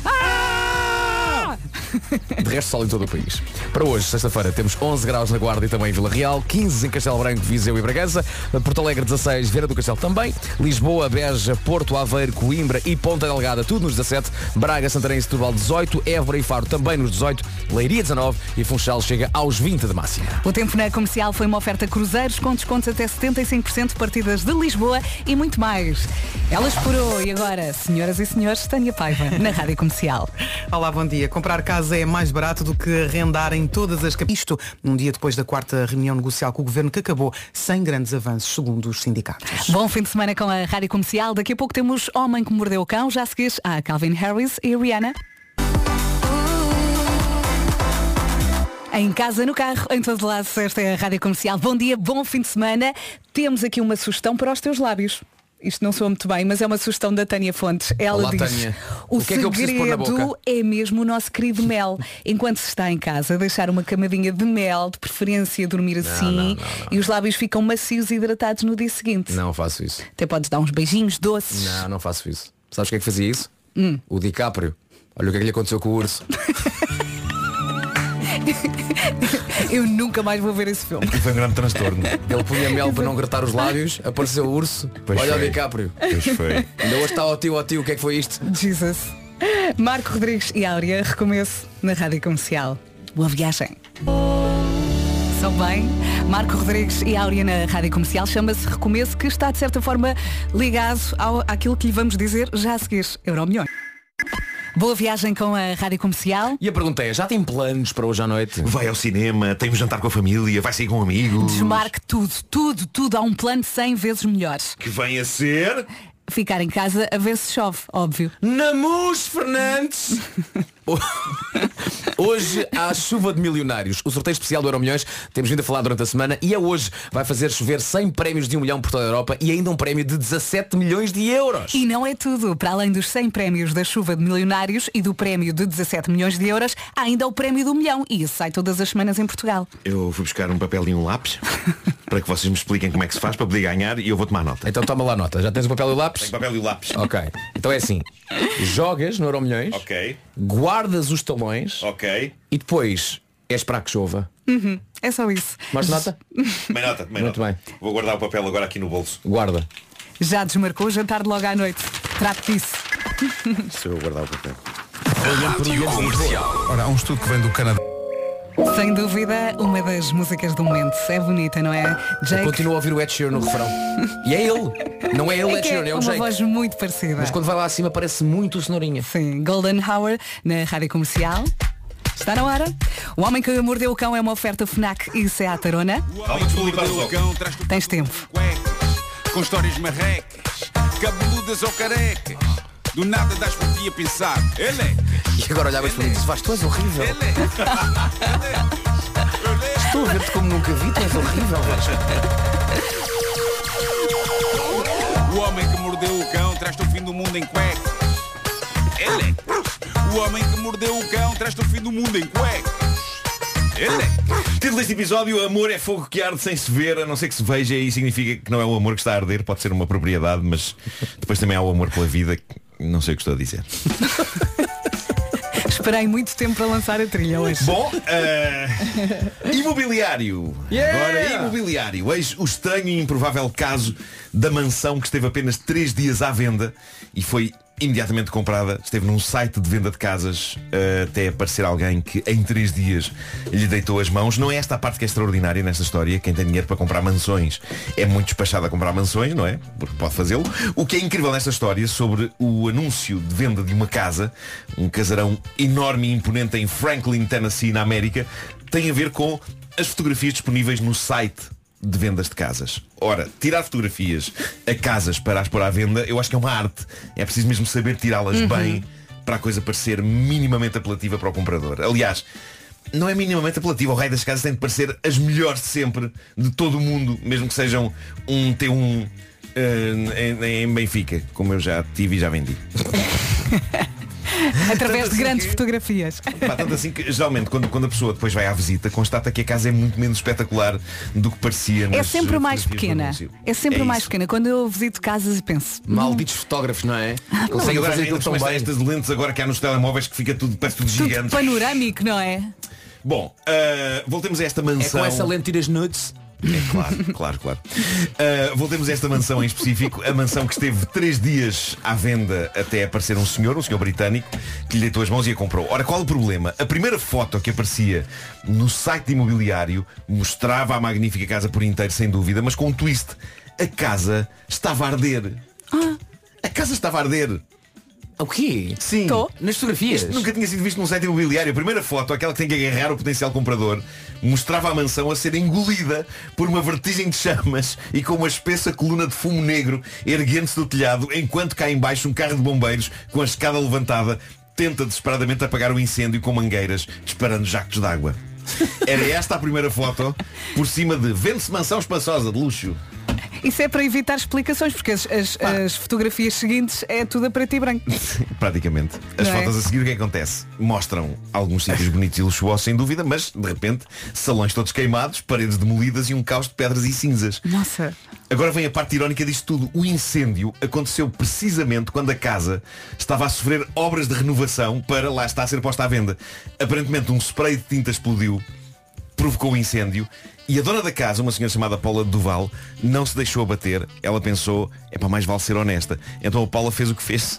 Ah! De resto, sol em todo o país. Para hoje, sexta-feira, temos onze graus na Guarda e também em Vila Real, quinze em Castelo Branco, Viseu e Bragança, Porto Alegre dezasseis, Vieira do Castelo também, Lisboa, Beja, Porto, Aveiro, Coimbra e Ponta Delgada, tudo nos dezassete, Braga, Santarém e Setúbal dezoito, Évora e Faro também nos dezoito, Leiria dezanove e Funchal chega aos vinte de máxima. O tempo na comercial foi uma oferta cruzeiros com descontos até setenta e cinco por cento, partidas de Lisboa e muito mais. Ela explorou e agora, senhoras e senhores, Tânia Paiva, na Rádio Comercial. Olá, bom dia. Comprar casa é mais barato do que arrendar em todas as capitais. Isto um dia depois da quarta reunião negocial com o Governo, que acabou sem grandes avanços, segundo os sindicatos. Bom fim de semana com a Rádio Comercial. Daqui a pouco temos Homem que Mordeu o Cão. Já seguires a Calvin Harris e Rihanna. Em casa, no carro, em todo lado, esta é a Rádio Comercial. Bom dia, bom fim de semana. Temos aqui uma sugestão para os teus lábios. Isto não soa muito bem, mas é uma sugestão da Tânia Fontes. Ela Olá, diz, Tânia. o, O que é que eu preciso pôr na segredo boca? é mesmo o nosso querido mel. Enquanto se está em casa, deixar uma camadinha de mel, de preferência dormir assim, não, não, não. e os lábios ficam macios e hidratados no dia seguinte. Não faço isso. Até podes dar uns beijinhos doces. Não, não faço isso. Sabes quem é que fazia isso? Hum. O DiCaprio. Olha o que é que lhe aconteceu com o urso. Eu nunca mais vou ver esse filme. E foi um grande transtorno. Ele punha mel para não gratar os lábios, apareceu o urso. Pois Olha foi. o DiCaprio. Pois foi. Ainda hoje está ao tio, ao tio, o que é que foi isto? Jesus. Marco Rodrigues e Áurea, recomeço na Rádio Comercial. Boa viagem. São bem. Marco Rodrigues e Áurea na Rádio Comercial. Chama-se Recomeço, que está de certa forma ligado ao, àquilo que lhe vamos dizer já a seguir. Euromilhões. Boa viagem com a Rádio Comercial. E a pergunta é, já tem planos para hoje à noite? Vai ao cinema, tem um jantar com a família, vai sair com amigos. Desmarque tudo, tudo, tudo. Há um plano cem vezes melhor. Que vem a ser... ficar em casa a ver se chove, óbvio. Namus Fernandes! Hoje há chuva de milionários. O sorteio especial do Euromilhões temos vindo a falar durante a semana e é hoje. Vai fazer chover cem prémios de um milhão por toda a Europa e ainda um prémio de dezassete milhões de euros. E não é tudo. Para além dos cem prémios da chuva de milionários e do prémio de dezassete milhões de euros, há ainda o prémio do milhão. E isso sai todas as semanas em Portugal. Eu fui buscar um papel e um lápis para que vocês me expliquem como é que se faz para poder ganhar e eu vou tomar nota. Então toma lá nota. Já tens o papel e o lápis? Tenho papel e o lápis. Ok. Então é assim. Jogas no Euromilhões. Ok. Guardas os talões. Ok. E depois é esperar que chova. Uhum. É só isso. Mais nota? Tomei nota, tomei Muito nota. bem. Vou guardar o papel agora aqui no bolso. Guarda. Já desmarcou o jantar de logo à noite. Trate disso. Se eu guardar o papel. Rádio Comercial. Ora, há um estudo que vem do Canadá. Sem dúvida, uma das músicas do momento. É bonita, não é? Jake. Eu continuo a ouvir o Ed Sheeran no refrão. E é ele. Não é ele, É Ed que Sheeran, é é o uma Jake. voz muito parecida. Mas quando vai lá acima parece muito o Cenourinha. Sim, Golden Hour na Rádio Comercial. Está na hora. O Homem que Mordeu o Cão é uma oferta FNAC e Seat Arona. Vamos limpar os óculos. Tens tempo. Com histórias marrecas, cabeludas ou carecas. Do nada das por ti a pensar. Ele é. E agora olhavas para mim e dizes, vais, tu és horrível. Estou a ver-te como nunca vi, tu és horrível. O homem que mordeu o cão traz-te o fim do mundo em cuecas. Ele é. O homem que mordeu o cão traz-te o fim do mundo em cuecas. Ele é. Título deste episódio: Amor é fogo que arde sem se ver, a não ser que se veja, e significa que não é o amor que está a arder, pode ser uma propriedade, mas depois também há o amor pela vida, que não sei o que estou a dizer. Esperei muito tempo para lançar a trilha hoje. Bom, uh, imobiliário. Yeah! Agora, imobiliário. Eis o estranho e improvável caso da mansão que esteve apenas três dias à venda e foi imediatamente comprada. Esteve num site de venda de casas uh, até aparecer alguém que em três dias lhe deitou as mãos. Não é esta a parte que é extraordinária nesta história. Quem tem dinheiro para comprar mansões é muito despachado a comprar mansões, não é? Porque pode fazê-lo. O que é incrível nesta história sobre o anúncio de venda de uma casa, um casarão enorme e imponente em Franklin, Tennessee, na América, tem a ver com as fotografias disponíveis no site de vendas de casas. Ora, tirar fotografias a casas para as pôr à venda, eu acho que é uma arte. É preciso mesmo saber tirá-las Uhum. bem para a coisa parecer minimamente apelativa para o comprador. Aliás, não é minimamente apelativa. O raio das casas tem de parecer as melhores de sempre, de todo o mundo, mesmo que sejam um T um uh, em, em Benfica, como eu já tive e já vendi. Através Tanto de assim grandes que- fotografias. Pá, tanto assim que geralmente quando, quando a pessoa depois vai à visita constata que a casa é muito menos espetacular do que parecia. É nas sempre mais fotografias do pequena. anúncio. É sempre É mais isso. pequena. Quando eu visito casas e penso. Malditos fotógrafos, não é? Sim, Conseguem agora fazer ainda aquilo por tão cima bem. estas lentes agora que há nos telemóveis que fica tudo, parece tudo Tudo gigante. panorâmico, não é? Bom, uh, voltemos a esta É mansão. com essa lente tiras nudes. É claro, claro, claro. Uh, voltemos a esta mansão em específico. A mansão que esteve três dias à venda até aparecer um senhor, um senhor britânico, que lhe deitou as mãos e a comprou. Ora, qual o problema? A primeira foto que aparecia no site de imobiliário mostrava a magnífica casa por inteiro, sem dúvida, mas com um twist. A casa estava a arder. Ah. A casa estava a arder. O quê? Sim. Tô. Nas fotografias? Isto nunca tinha sido visto num site imobiliário. A primeira foto, aquela que tem que agarrar o potencial comprador, mostrava a mansão a ser engolida por uma vertigem de chamas e com uma espessa coluna de fumo negro erguendo-se do telhado, enquanto cá em baixo um carro de bombeiros com a escada levantada tenta desesperadamente apagar o incêndio com mangueiras, disparando jactos de água. Era esta a primeira foto, por cima de vende-se mansão espaçosa de luxo. Isso é para evitar explicações, porque as, as- as fotografias seguintes é tudo a preto e branco. Praticamente. As Não é? fotos a seguir, o que é que acontece? Mostram alguns sítios bonitos e luxuosos, sem dúvida, mas, de repente, salões todos queimados, paredes demolidas e um caos de pedras e cinzas. Nossa. Agora vem a parte irónica disto tudo. O incêndio aconteceu precisamente quando a casa estava a sofrer obras de renovação para, lá está, a ser posta à venda. Aparentemente um spray de tinta explodiu, provocou o incêndio, e a dona da casa, uma senhora chamada Paula Duval, não se deixou abater. Ela pensou, é para mais vale ser honesta. Então a Paula fez o que fez.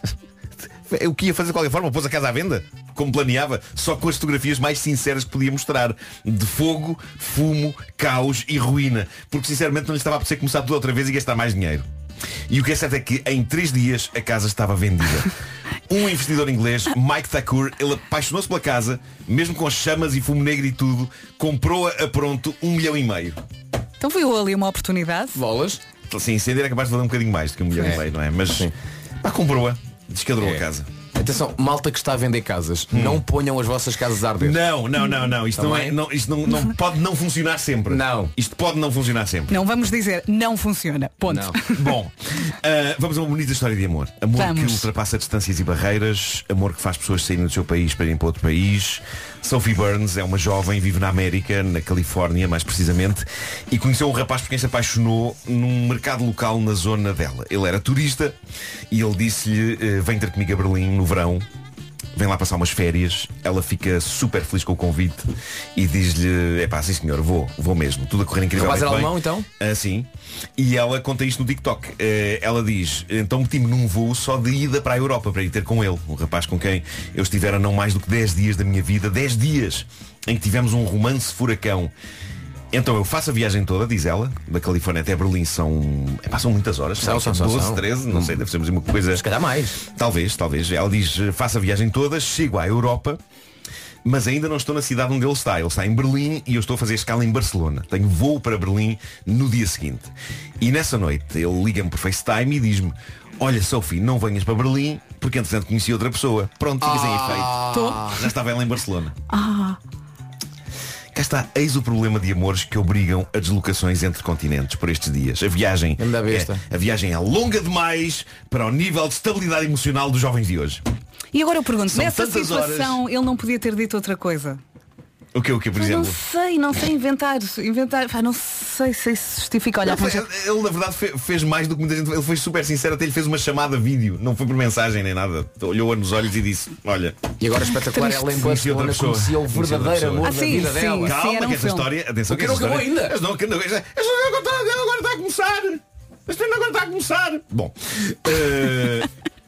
O que ia fazer de qualquer forma, pôs a casa à venda, como planeava, só com as fotografias mais sinceras que podia mostrar, de fogo, fumo, caos e ruína, porque sinceramente não lhe estava a apetecer começar tudo outra vez e gastar mais dinheiro. E o que é certo é que em três dias a casa estava vendida. Um investidor inglês, Mike Thakur, ele apaixonou-se pela casa, mesmo com chamas e fumo negro e tudo, comprou-a a pronto um milhão e meio. Então viu ali uma oportunidade. Bolas. sim, incêndio é capaz de valer um bocadinho mais do que um milhão É. e meio, não é? Mas Sim. pá, comprou-a, descadrou É. a casa. Atenção, malta que está a vender casas, não ponham as vossas casas a arder. Não, não, não, não. Isto, não, é, Também? não, isto não, não pode não funcionar sempre. Não. Isto pode não funcionar sempre. Não vamos dizer não funciona. Ponto. Não. Bom, uh, vamos a uma bonita história de amor. Amor Vamos. que ultrapassa distâncias e barreiras. Amor que faz pessoas saírem do seu país para irem para outro país. Sophie Burns é uma jovem, vive na América, na Califórnia mais precisamente, e conheceu um rapaz por quem se apaixonou num mercado local na zona dela. Ele era turista e ele disse-lhe, uh, vem ter comigo a Berlim no verão. Vem lá passar umas férias. Ela fica super feliz com o convite e diz-lhe, é pá, sim senhor, vou, vou mesmo. Tudo a correr incrível. O rapaz era alemão, então? Ah, sim. E ela conta isto no TikTok. Uh, ela diz, então meti-me num voo só de ida para a Europa para ir ter com ele. Um rapaz com quem eu estivera não mais do que dez dias da minha vida. dez dias em que tivemos um romance furacão. Então eu faço a viagem toda, diz ela, da Califórnia até Berlim são, é, passam muitas horas, São, são, são, doze, são. treze, não sei, deve ser uma coisa. Se calhar mais. Talvez, talvez. Ela diz, faço a viagem toda, chego à Europa, mas ainda não estou na cidade onde ele está. Ele está em Berlim e eu estou a fazer escala em Barcelona. Tenho voo para Berlim no dia seguinte. E nessa noite ele liga-me por FaceTime e diz-me, olha Sophie, não venhas para Berlim porque entretanto conheci outra pessoa. Pronto, fica sem efeito. Tô. Já estava ela em Barcelona. Ah. Cá está, eis o problema de amores que obrigam a deslocações entre continentes por estes dias. A viagem, Anda besta. é, a viagem é longa demais para o nível de estabilidade emocional dos jovens de hoje. E agora eu pergunto, São nessa tantas situação ele não podia ter dito outra coisa? O que, o que, por Pá, não exemplo? sei, não sei inventar. Inventar, pá, não sei se isso justifica. Olha, Não, foi- arranja- ele na verdade fe- fez mais do que muita gente. Ele foi super sincero, até lhe fez uma chamada vídeo. Não foi por mensagem nem nada. Olhou-a nos olhos e disse, olha, E agora espetacular, Triste. ela em Conheci outra Barcelona pessoa. conhecia o Conheci outra verdadeiro pessoa. amor Ah, da sim, vida sim. dela. Sim, calma era um que esta filme. história, atenção, Porque que não esta acabou história- ainda. Mas não, que não, esta esta história agora está, agora está a começar. Esta história agora está a começar. Bom, eh,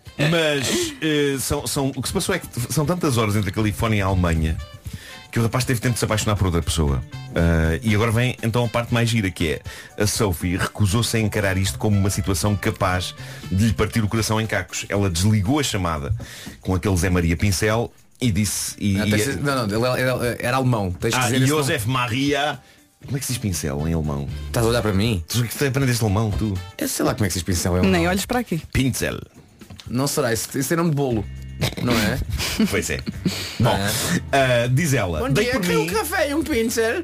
mas eh, são, são, o que se passou é que são tantas horas entre a Califórnia e a Alemanha que o rapaz teve tempo de se apaixonar por outra pessoa. Uh, e agora vem então a parte mais gira, que é a Sophie recusou-se a encarar isto como uma situação capaz de lhe partir o coração em cacos. Ela desligou a chamada com aquele Zé Maria Pincel e disse... E, Não, e- tens de- não, não, ele era, era alemão. Tens de ah, dizer esse nome. Josef Maria... Como é que se diz pincel em alemão? Estás a olhar para mim? Tu que aprendeste alemão, tu? Eu sei lá como é que se diz pincel em alemão. Nem olhes para aqui. Pincel. Não será, isso, isso é nome de bolo. Não é? Pois é. Bom, uh, diz ela, dei por mim... café e um pincel.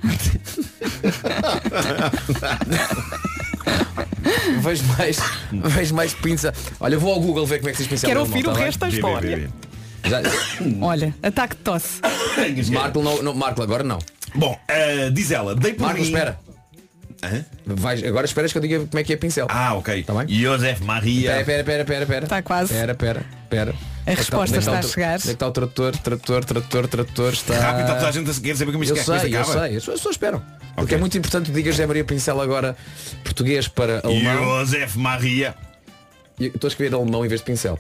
Vejo mais, vejo mais pinça. Olha, vou ao Google ver como é que se diz pincel. Quero em alemão, ouvir o tá bem? resto da Vê, vê, história. vê, vê. Já... Olha, ataque de tosse. Marco, não, não, Marco, agora não. Bom, uh, diz ela, dei por Marco, mim... espera. Hã? Vais, agora esperas que eu diga como é que é pincel. Ah, ok. Tá bem? Josef Maria... Pera, pera, pera, pera, pera. Está quase. Pera, pera, pera. A resposta está a chegar. Onde é que está o trator, trator, trator, trator, está... Rápido, está toda a gente quer saber como isto Eu é que sei, eu acaba. sei, as pessoas só esperam. Porque Ok. é muito importante que digas Zé Maria Pincel agora português para alemão. Josef Maria. E eu estou a escrever alemão em vez de pincel.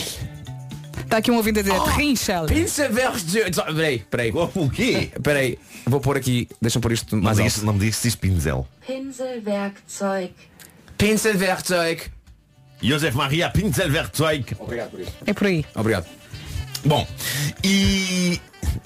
Está aqui um ouvido a dizer, Rinchel. Pincel versus... Peraí, peraí. O quê? Peraí, vou pôr aqui, deixa-me pôr isto Mas mais é alto. isso, não me diz se diz Pinzel. Pinselwerkzeug. Pinselwerkzeug. Josef Maria Pinselwerkzeug. Obrigado por isso. É por aí. Obrigado. Bom, e...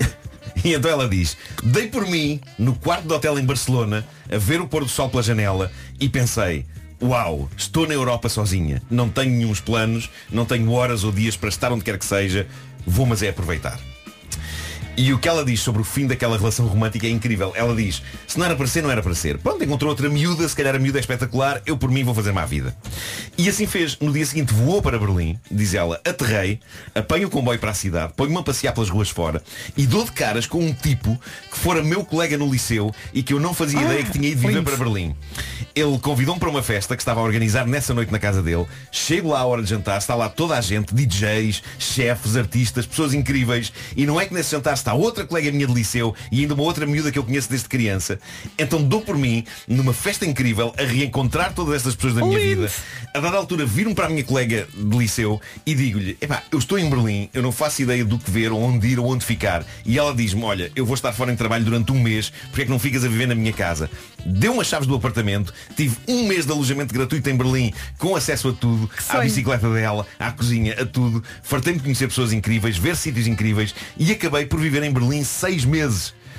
e então ela diz, dei por mim no quarto de hotel em Barcelona a ver o pôr do sol pela janela e pensei, uau, estou na Europa sozinha, não tenho nenhum planos, não tenho horas ou dias para estar onde quer que seja, vou mas é aproveitar. E o que ela diz sobre o fim daquela relação romântica é incrível. Ela diz, se não era para ser, não era para ser. Pronto, encontrou outra miúda, se calhar a miúda é espetacular, eu por mim vou fazer-me à vida. E assim fez. No dia seguinte voou para Berlim, diz ela, aterrei, apanho o comboio para a cidade, ponho-me a passear pelas ruas fora e dou de caras com um tipo que fora meu colega no liceu e que eu não fazia ideia que tinha ido viver para Berlim. Ele convidou-me para uma festa que estava a organizar nessa noite na casa dele. Chego lá à hora de jantar, está lá toda a gente, D Js, chefes, artistas, pessoas incríveis. E não é que nesse jantar está outra colega minha de liceu e ainda uma outra miúda que eu conheço desde criança. Então dou por mim, numa festa incrível, a reencontrar todas estas pessoas da minha Lindo. vida. A dada altura viro-me para a minha colega de liceu e digo-lhe, epá, eu estou em Berlim, eu não faço ideia do que ver, ou onde ir, ou onde ficar. E ela diz-me, olha, eu vou estar fora em trabalho durante um mês, porque é que não ficas a viver na minha casa? Deu-me as chaves do apartamento, tive um mês de alojamento gratuito em Berlim, com acesso a tudo, à sonho. bicicleta dela, à cozinha, a tudo. Fartei-me de conhecer pessoas incríveis, ver sítios incríveis e acabei por viver em Berlim seis meses.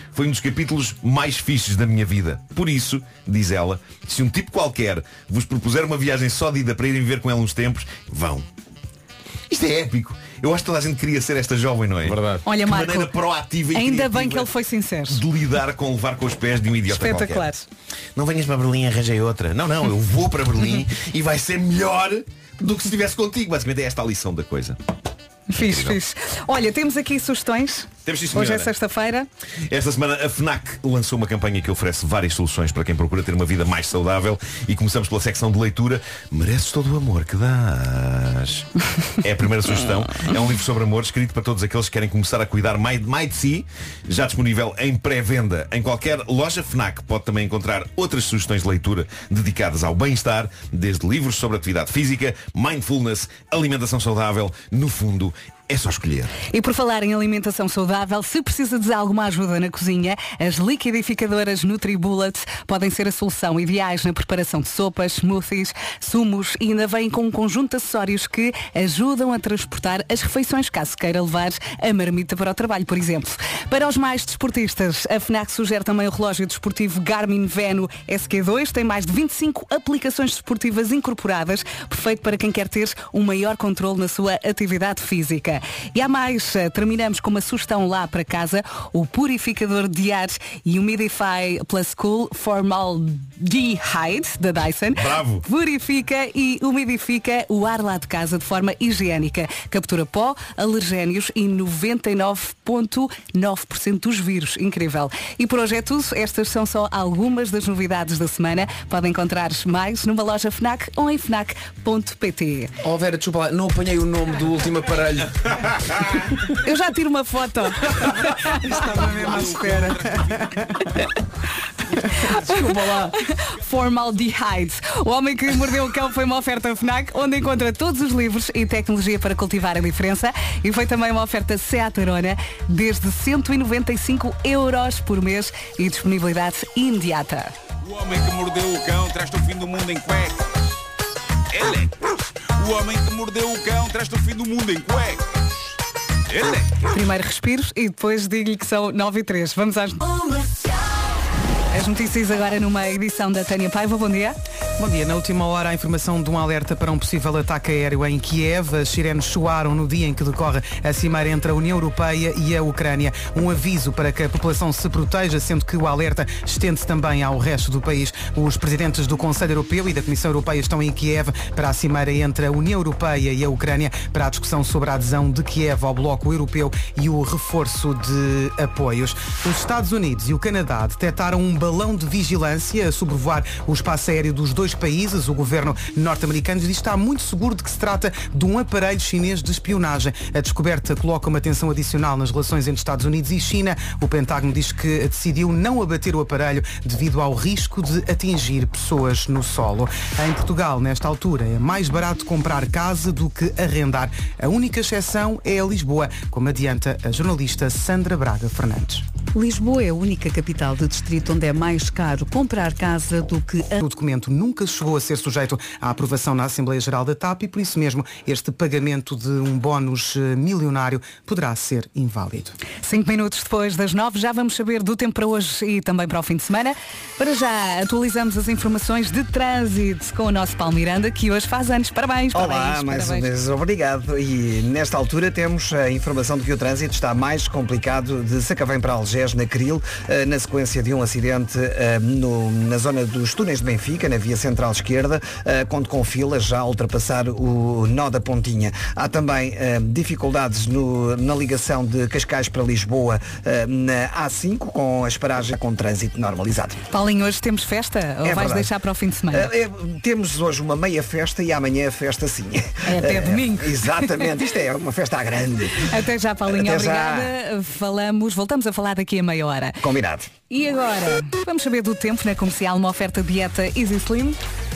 foi um dos capítulos mais fixes da minha vida. Por isso, diz ela, se um tipo qualquer vos propuser uma viagem só de ida para irem viver com ela uns tempos, vão. Isto é épico. Eu acho que toda a gente queria ser esta jovem, não é? Verdade. Olha, que Marco, maneira proativa e ainda bem criativa que ele foi sincero. de lidar com levar com os pés de um idiota Espetacular. qualquer. Não venhas para Berlim e arranjei outra. Não, não, eu vou para Berlim e vai ser melhor do que se estivesse contigo. Basicamente é esta a lição da coisa. Fixe, fixe. Olha, temos aqui sugestões. Temos, sim, Hoje senhora. é sexta-feira. Esta semana a FNAC lançou uma campanha que oferece várias soluções para quem procura ter uma vida mais saudável. E começamos pela secção de leitura. Mereces todo o amor que dás. É a primeira sugestão. É um livro sobre amor escrito para todos aqueles que querem começar a cuidar mais, mais de si. Já disponível em pré-venda em qualquer loja FNAC. Pode também encontrar outras sugestões de leitura dedicadas ao bem-estar, desde livros sobre atividade física, mindfulness, alimentação saudável. No fundo, é só escolher. E por falar em alimentação saudável, se precisa de alguma ajuda na cozinha, as liquidificadoras NutriBullet podem ser a solução, ideais na preparação de sopas, smoothies, sumos e ainda vêm com um conjunto de acessórios que ajudam a transportar as refeições, caso queira levar a marmita para o trabalho, por exemplo. Para os mais desportistas, a FNAC sugere também o relógio desportivo Garmin Venu S Q dois, tem mais de vinte e cinco aplicações desportivas incorporadas, perfeito para quem quer ter um maior controle na sua atividade física. E há mais, terminamos com uma sugestão lá para casa, o purificador de ar Humidify Plus Cool Formaldehyde da Dyson. Bravo. Purifica e umidifica o ar lá de casa de forma higiênica. Captura pó, alergénios e noventa e nove vírgula nove por cento dos vírus. Incrível. E por hoje é tudo. Estas são só algumas das novidades da semana. Podem encontrar mais numa loja FNAC ou em fnac ponto pt. Oh Vera, desculpa lá, não apanhei o nome do último aparelho. Eu já tiro uma foto. Estava mesmo à espera. Desculpa lá. Formaldehyde. O Homem que Mordeu o Cão foi uma oferta FNAC, onde encontra todos os livros e tecnologia para cultivar a diferença. E foi também uma oferta Seat Arona, desde cento e noventa e cinco euros por mês e disponibilidade imediata. O homem que mordeu o cão traz-te o fim do mundo em cuecas. Ele é. O homem que mordeu o cão traz-te o fim do mundo em cuecas. Ele é. Primeiro respiros e depois digo-lhe que são nove e três. Vamos às... As notícias agora numa edição da Tânia Paiva. Bom dia. Bom dia. Na última hora, a informação de um alerta para um possível ataque aéreo em Kiev. As sirenes soaram no dia em que decorre a cimeira entre a União Europeia e a Ucrânia. Um aviso para que a população se proteja, sendo que o alerta estende-se também ao resto do país. Os presidentes do Conselho Europeu e da Comissão Europeia estão em Kiev para a cimeira entre a União Europeia e a Ucrânia para a discussão sobre a adesão de Kiev ao bloco europeu e o reforço de apoios. Os Estados Unidos e o Canadá detectaram um balão de vigilância a sobrevoar o espaço aéreo dos dois países. O governo norte-americano diz que está muito seguro de que se trata de um aparelho chinês de espionagem. A descoberta coloca uma tensão adicional nas relações entre Estados Unidos e China. O Pentágono diz que decidiu não abater o aparelho devido ao risco de atingir pessoas no solo. Em Portugal, nesta altura, é mais barato comprar casa do que arrendar. A única exceção é a Lisboa, como adianta a jornalista Sandra Braga Fernandes. Lisboa é a única capital de distrito onde é mais caro comprar casa do que... A... O documento nunca chegou a ser sujeito à aprovação na Assembleia Geral da T A P e por isso mesmo este pagamento de um bónus milionário poderá ser inválido. Cinco minutos depois das nove já vamos saber do tempo para hoje e também para o fim de semana. Para já atualizamos as informações de trânsito com o nosso Paulo Miranda, que hoje faz anos. Parabéns, Olá, parabéns, mais parabéns. uma vez obrigado. E nesta altura temos a informação de que o trânsito está mais complicado de Sacavém para Algés, na Cril, na sequência de um acidente no, na zona dos túneis de Benfica, na via central esquerda, conto com filas já a ultrapassar o nó da Pontinha. Há também dificuldades no, na ligação de Cascais para Lisboa, na A cinco, com as paragens com trânsito normalizado. Paulinho, hoje temos festa ou É vais verdade. deixar para o fim de semana? É, é, temos hoje uma meia festa e amanhã a festa sim. É até domingo. Exatamente, isto é uma festa à grande. Até já, Paulinho, Até já. obrigada. Falamos, voltamos a falar daqui a meia hora. Combinado. E agora, vamos saber do tempo na comercial, uma oferta dieta Easy Slim.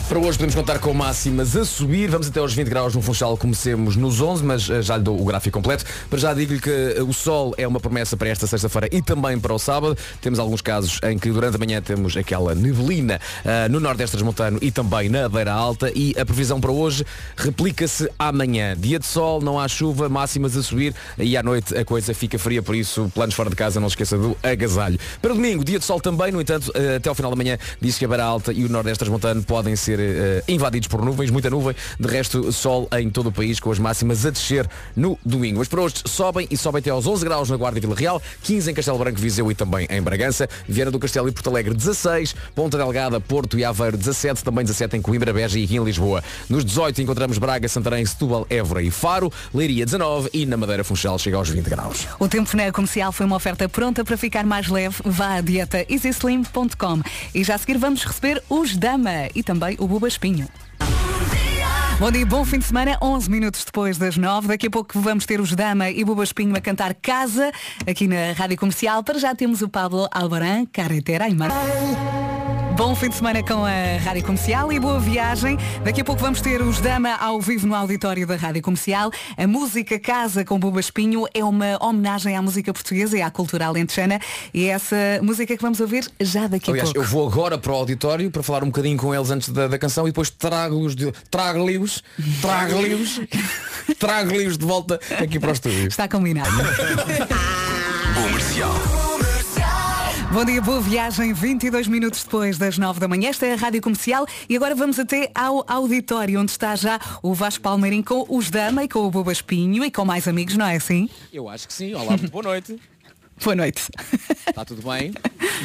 Para hoje podemos contar com máximas a subir. Vamos até aos vinte graus no Funchal. Comecemos nos onze, mas já lhe dou o gráfico completo. Para já digo-lhe que o sol é uma promessa para esta sexta-feira e também para o sábado. Temos alguns casos em que durante a manhã temos aquela neblina uh, no nordeste transmontano e também na Beira Alta. E a previsão para hoje replica-se amanhã. Dia de sol, não há chuva, máximas a subir e à noite a coisa fica fria, por isso planos fora de casa, não se esqueça do agasalho. Para domingo, dia de sol também, no entanto, uh, até ao final da manhã diz que a Beira Alta e o nordeste transmontano podem ser uh, invadidos por nuvens, muita nuvem. De resto, sol em todo o país, com as máximas a descer no domingo. Mas para hoje sobem e sobem até aos onze graus na Guarda e Vila Real, quinze em Castelo Branco, Viseu e também em Bragança, Viana do Castelo e Porto Alegre dezasseis, Ponta Delgada, Porto e Aveiro dezasete, também dezasete em Coimbra, Beja e aqui em Lisboa. Nos dezoito encontramos Braga, Santarém, Setúbal, Évora e Faro, Leiria dezanove e na Madeira Funchal chega aos vinte graus. O tempo na comercial foi uma oferta pronta para ficar mais leve. Vá à dieta easy slim ponto com e já a seguir vamos receber os Dama e também o Buba Espinho. Bom dia, bom fim de semana, onze minutos depois das nove. Daqui a pouco vamos ter os Dama e Buba Espinho a cantar Casa aqui na Rádio Comercial. Para já temos o Pablo Alborán, Carretera e Mar. Bom fim de semana com a Rádio Comercial e boa viagem. Daqui a pouco vamos ter os Dama ao vivo no auditório da Rádio Comercial. A música Casa com Buba Espinho é uma homenagem à música portuguesa e à cultura alentejana. E é essa música que vamos ouvir já daqui Aliás, a pouco. eu vou agora para o auditório para falar um bocadinho com eles antes da, da canção e depois trago-os de, trago-lhes, trago-lhes, trago-lhes de volta aqui para o estúdio. Está combinado. Comercial. Bom dia, boa viagem, vinte e dois minutos depois das nove da manhã. Esta é a Rádio Comercial e agora vamos até ao auditório, onde está já o Vasco Palmeirim com os Dama e com o Buba Espinho e com mais amigos, não é assim? Eu acho que sim. Olá, muito boa noite. Boa noite. Está tudo bem?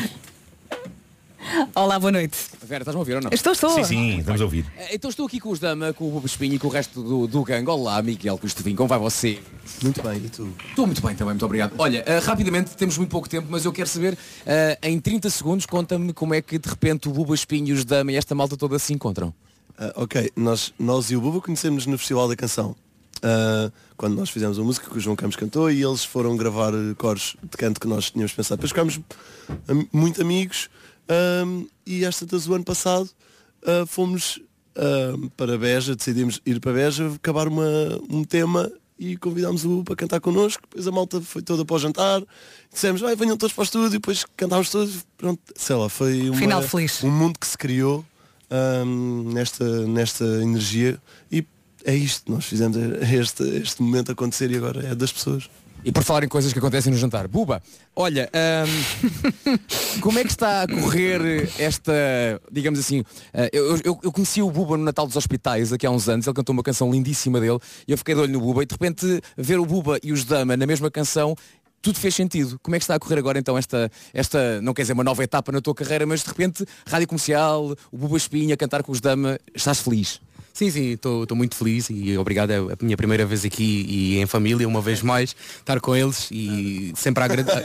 Olá, boa noite. Vera, estás-me a ouvir ou não? Estou, estou. Sim, sim, estamos a ouvir. Então estou aqui com os Dama, com o Buba Espinho e com o resto do, do gangue. Olá, Miguel Custovinho, como vai você? Muito bem, e tu? Estou muito bem também, muito obrigado. Olha, uh, rapidamente, temos muito pouco tempo, mas eu quero saber, uh, em trinta segundos, conta-me como é que de repente o Buba Espinho e os Dama e esta malta toda se encontram. Uh, ok, nós, nós e o Buba conhecemos no Festival da Canção. Uh, quando nós fizemos a música que o João Campos cantou e eles foram gravar coros de canto que nós tínhamos pensado. Depois ficámos am- muito amigos um, e esta do ano passado uh, fomos uh, para Beja, decidimos ir para Beja, acabar uma, um tema e convidámos o Buba para cantar connosco. Depois a malta foi toda para o jantar, dissemos, vai, venham todos para o estúdio, depois cantámos todos, pronto, sei lá, foi uma, Final feliz. um mundo que se criou um, nesta, nesta energia e é isto, nós fizemos este, este momento acontecer e agora é das pessoas. E por falar em coisas que acontecem no jantar, Buba, olha, hum, como é que está a correr esta, digamos assim, uh, eu, eu, eu conheci o Buba no Natal dos Hospitais aqui há uns anos, ele cantou uma canção lindíssima dele e eu fiquei de olho no Buba e de repente ver o Buba e os Dama na mesma canção, tudo fez sentido. Como é que está a correr agora então esta, esta, não quer dizer uma nova etapa na tua carreira, mas de repente, Rádio Comercial, o Buba Espinho a cantar com os Dama, estás feliz? Sim, sim, estou muito feliz e obrigado, é a minha primeira vez aqui e em família, uma vez mais, estar com eles e sempre a agradecer.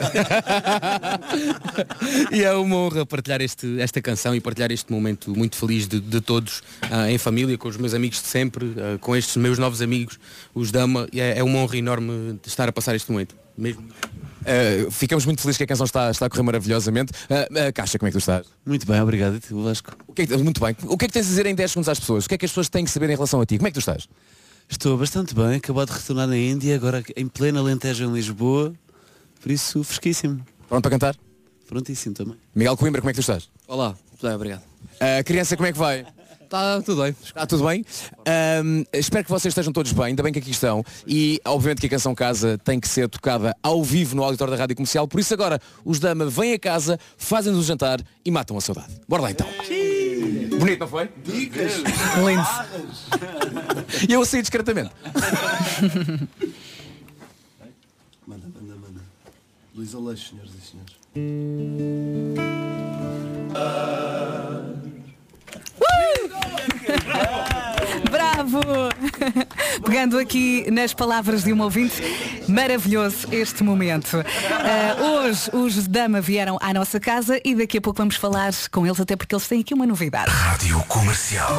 E é uma honra partilhar este, esta canção e partilhar este momento muito feliz de, de todos, uh, em família, com os meus amigos de sempre, uh, com estes meus novos amigos, os Dama, é, é uma honra enorme de estar a passar este momento, mesmo. Uh, ficamos muito felizes que a canção está, está a correr maravilhosamente. Uh, uh, Caixa, como é que tu estás? Muito bem, obrigado. E Vasco? O que é que, muito bem. O que é que tens a dizer em dez segundos às pessoas? O que é que as pessoas têm que saber em relação a ti? Como é que tu estás? Estou bastante bem, acabado de retornar na Índia, agora em plena Alentejo em Lisboa, por isso fresquíssimo. Pronto para cantar? Prontíssimo também. Miguel Coimbra, como é que tu estás? Olá, bem, obrigado. A uh, criança, como é que vai? Está tudo bem. Está tudo bem? Um, espero que vocês estejam todos bem, ainda bem que aqui estão. E obviamente que a canção Casa tem que ser tocada ao vivo no auditório da Rádio Comercial. Por isso agora os Dama vêm a casa, fazem-nos o jantar e matam a saudade. Bora lá então. Bonito, não foi? Dicas. Lindo. E eu saí discretamente. Manda, manda, manda. Luís Aleixo, senhoras e senhores. Bravo! Pegando aqui nas palavras de um ouvinte, maravilhoso este momento. Uh, hoje os Dama vieram à nossa casa e daqui a pouco vamos falar com eles, até porque eles têm aqui uma novidade. Rádio Comercial.